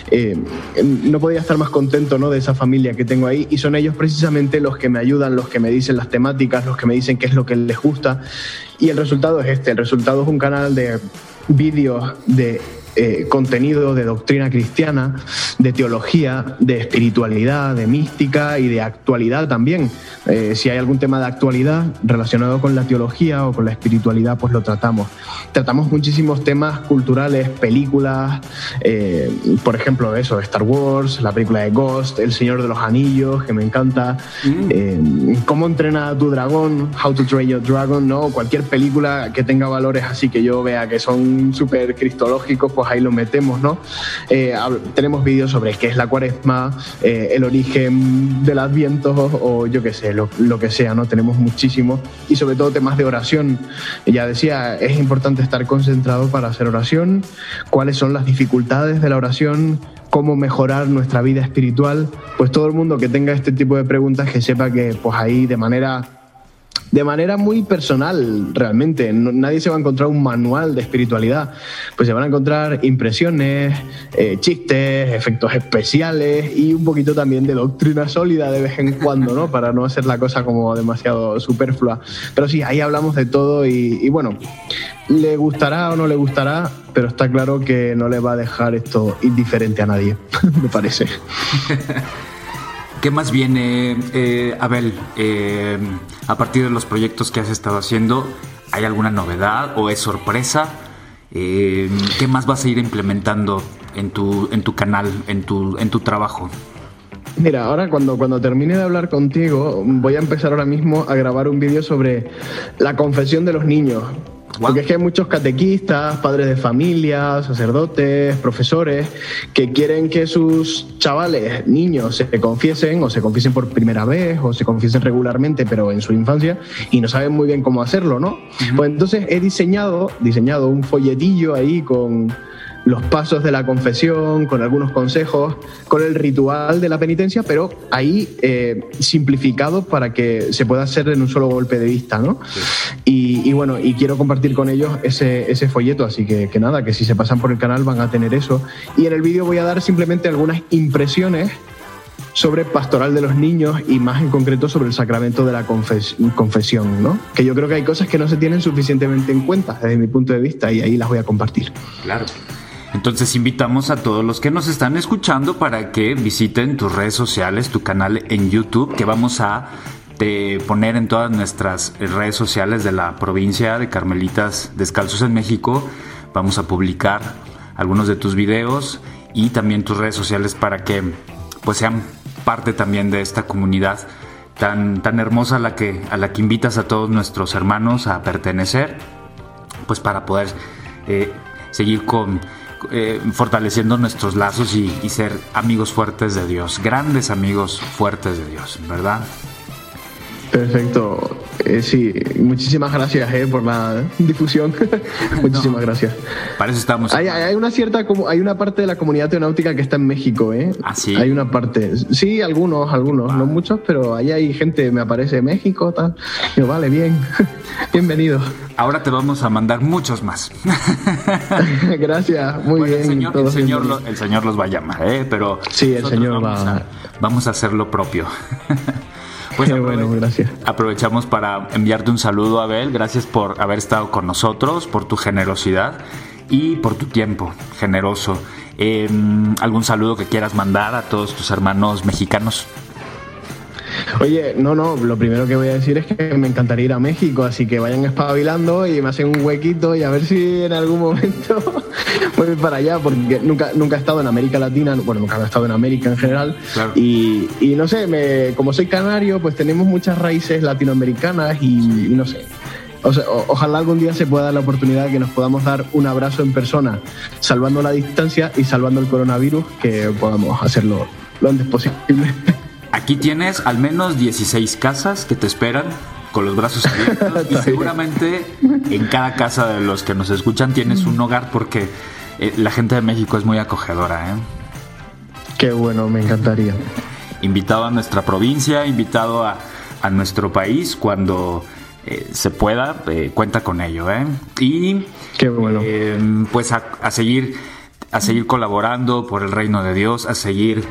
No podía estar más contento, ¿no? De esa familia que tengo ahí, y son ellos precisamente los que me ayudan, los que me dicen las temáticas, los que me dicen qué es lo que les gusta, y el resultado es el resultado es un canal de vídeos de contenido de doctrina cristiana, de teología, de espiritualidad, de mística y de actualidad también. Si hay algún tema de actualidad relacionado con la teología o con la espiritualidad, pues lo tratamos. Tratamos muchísimos temas culturales, películas, por ejemplo eso, Star Wars, la película de Ghost, El Señor de los Anillos, que me encanta, Cómo entrenar a tu dragón, How to Train Your Dragon, ¿no? Cualquier película que tenga valores así que yo vea que son súper cristológicos, pues ahí lo metemos, ¿no? Tenemos vídeos sobre qué es la Cuaresma, el origen del Adviento, o yo qué sé, lo que sea, ¿no? Tenemos muchísimo, y sobre todo temas de oración. Ya decía, es importante estar concentrado para hacer oración, cuáles son las dificultades de la oración, cómo mejorar nuestra vida espiritual. Pues todo el mundo que tenga este tipo de preguntas, que sepa que pues ahí de manera muy personal, realmente. Nadie se va a encontrar un manual de espiritualidad. Pues se van a encontrar impresiones, chistes, efectos especiales y un poquito también de doctrina sólida de vez en cuando, ¿no? Para no hacer la cosa como demasiado superflua. Pero sí, ahí hablamos de todo y bueno, le gustará o no le gustará, pero está claro que no le va a dejar esto indiferente a nadie, me parece. ¿Qué más viene, Abel? A partir de los proyectos que has estado haciendo, ¿hay alguna novedad o es sorpresa? ¿Qué más vas a ir implementando en tu canal, en tu trabajo? Mira, ahora cuando termine de hablar contigo, voy a empezar ahora mismo a grabar un vídeo sobre la confesión de los niños. Porque es que hay muchos catequistas, padres de familia, sacerdotes, profesores, que quieren que sus chavales, niños, se confiesen o se confiesen por primera vez o se confiesen regularmente, pero en su infancia, y no saben muy bien cómo hacerlo, ¿no? Pues entonces he diseñado un folletillo ahí con los pasos de la confesión, con algunos consejos, con el ritual de la penitencia, pero ahí simplificado para que se pueda hacer en un solo golpe de vista, ¿no? Y bueno, y quiero compartir con ellos ese folleto, así que nada, que si se pasan por el canal van a tener eso. Y en el vídeo voy a dar simplemente algunas impresiones sobre pastoral de los niños y más en concreto sobre el sacramento de la confesión, ¿no? Que yo creo que hay cosas que no se tienen suficientemente en cuenta desde mi punto de vista y ahí las voy a compartir. Claro. Entonces invitamos a todos los que nos están escuchando para que visiten tus redes sociales, tu canal en YouTube, que vamos a poner en todas nuestras redes sociales de la provincia de Carmelitas Descalzos en México. Vamos a publicar algunos de tus videos y también tus redes sociales para que pues sean parte también de esta comunidad tan hermosa a la que invitas a todos nuestros hermanos a pertenecer, pues para poder seguir fortaleciendo nuestros lazos y ser amigos fuertes de Dios, grandes amigos fuertes de Dios, ¿verdad? Perfecto. Sí, muchísimas gracias por la difusión. Muchísimas gracias. Para eso estamos. Hay una parte de la comunidad teonáutica que está en México, ¿eh? ¿Ah, sí? Hay una parte. Sí, algunos, no muchos, pero ahí hay gente, me aparece México, tal. Digo, vale, bien. Bienvenido. Ahora te vamos a mandar muchos más. Gracias, muy bien. El Señor los va a llamar, pero sí, el Señor vamos a hacer lo propio. Pues bueno, gracias. Aprovechamos para enviarte un saludo, Abel. Gracias por haber estado con nosotros, por tu generosidad y por tu tiempo generoso. ¿Algún saludo que quieras mandar a todos tus hermanos mexicanos? Oye, no, lo primero que voy a decir es que me encantaría ir a México, así que vayan espabilando y me hacen un huequito y a ver si en algún momento voy para allá, porque nunca he estado en América Latina, bueno, nunca he estado en América en general, claro. y no sé, como soy canario, pues tenemos muchas raíces latinoamericanas y no sé. O sea, ojalá algún día se pueda dar la oportunidad de que nos podamos dar un abrazo en persona, salvando la distancia y salvando el coronavirus, que podamos hacerlo lo antes posible. Aquí tienes al menos 16 casas que te esperan con los brazos abiertos y seguramente en cada casa de los que nos escuchan tienes un hogar, porque la gente de México es muy acogedora, ¿eh? Qué bueno, me encantaría. Invitado a nuestra provincia, invitado a nuestro país cuando se pueda, cuenta con ello, ¿eh? Y qué bueno. Pues a seguir colaborando por el reino de Dios, a seguir...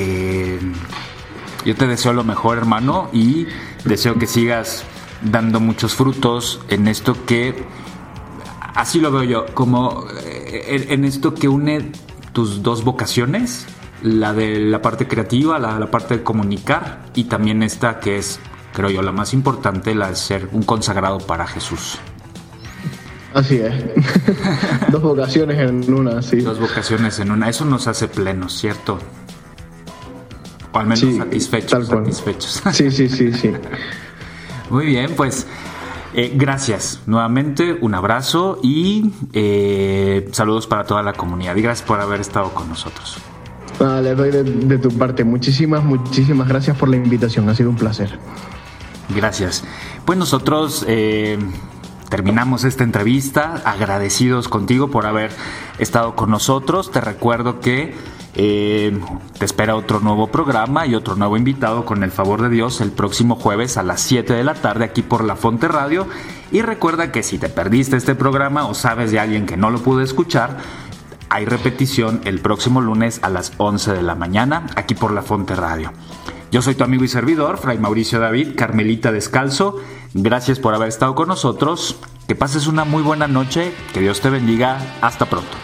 Yo te deseo lo mejor, hermano, y deseo que sigas dando muchos frutos en esto que, así lo veo yo, como en esto que une tus dos vocaciones, la de la parte creativa, la parte de comunicar, y también esta que es, creo yo, la más importante, la de ser un consagrado para Jesús. Así es. Dos vocaciones en una, sí. Dos vocaciones en una, eso nos hace plenos, ¿cierto? O al menos sí, satisfechos. Sí. Muy bien, pues gracias nuevamente, un abrazo y saludos para toda la comunidad y gracias por haber estado con nosotros. Les doy de tu parte muchísimas gracias por la invitación, ha sido un placer. Gracias. Pues nosotros terminamos esta entrevista agradecidos contigo por haber estado con nosotros. Te recuerdo que te espera otro nuevo programa y otro nuevo invitado, con el favor de Dios, el próximo jueves a las 7 de la tarde aquí por La Fonte Radio. Y recuerda que si te perdiste este programa o sabes de alguien que no lo pudo escuchar, hay repetición el próximo lunes a las 11 de la mañana aquí por La Fonte Radio. Yo soy tu amigo y servidor, Fray Mauricio David, Carmelita Descalzo. Gracias por haber estado con nosotros. Que pases una muy buena noche. Que Dios te bendiga. Hasta pronto.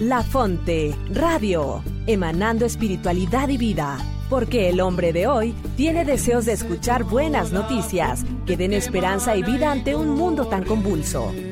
La Fonte Radio, emanando espiritualidad y vida. Porque el hombre de hoy tiene deseos de escuchar buenas noticias que den esperanza y vida ante un mundo tan convulso.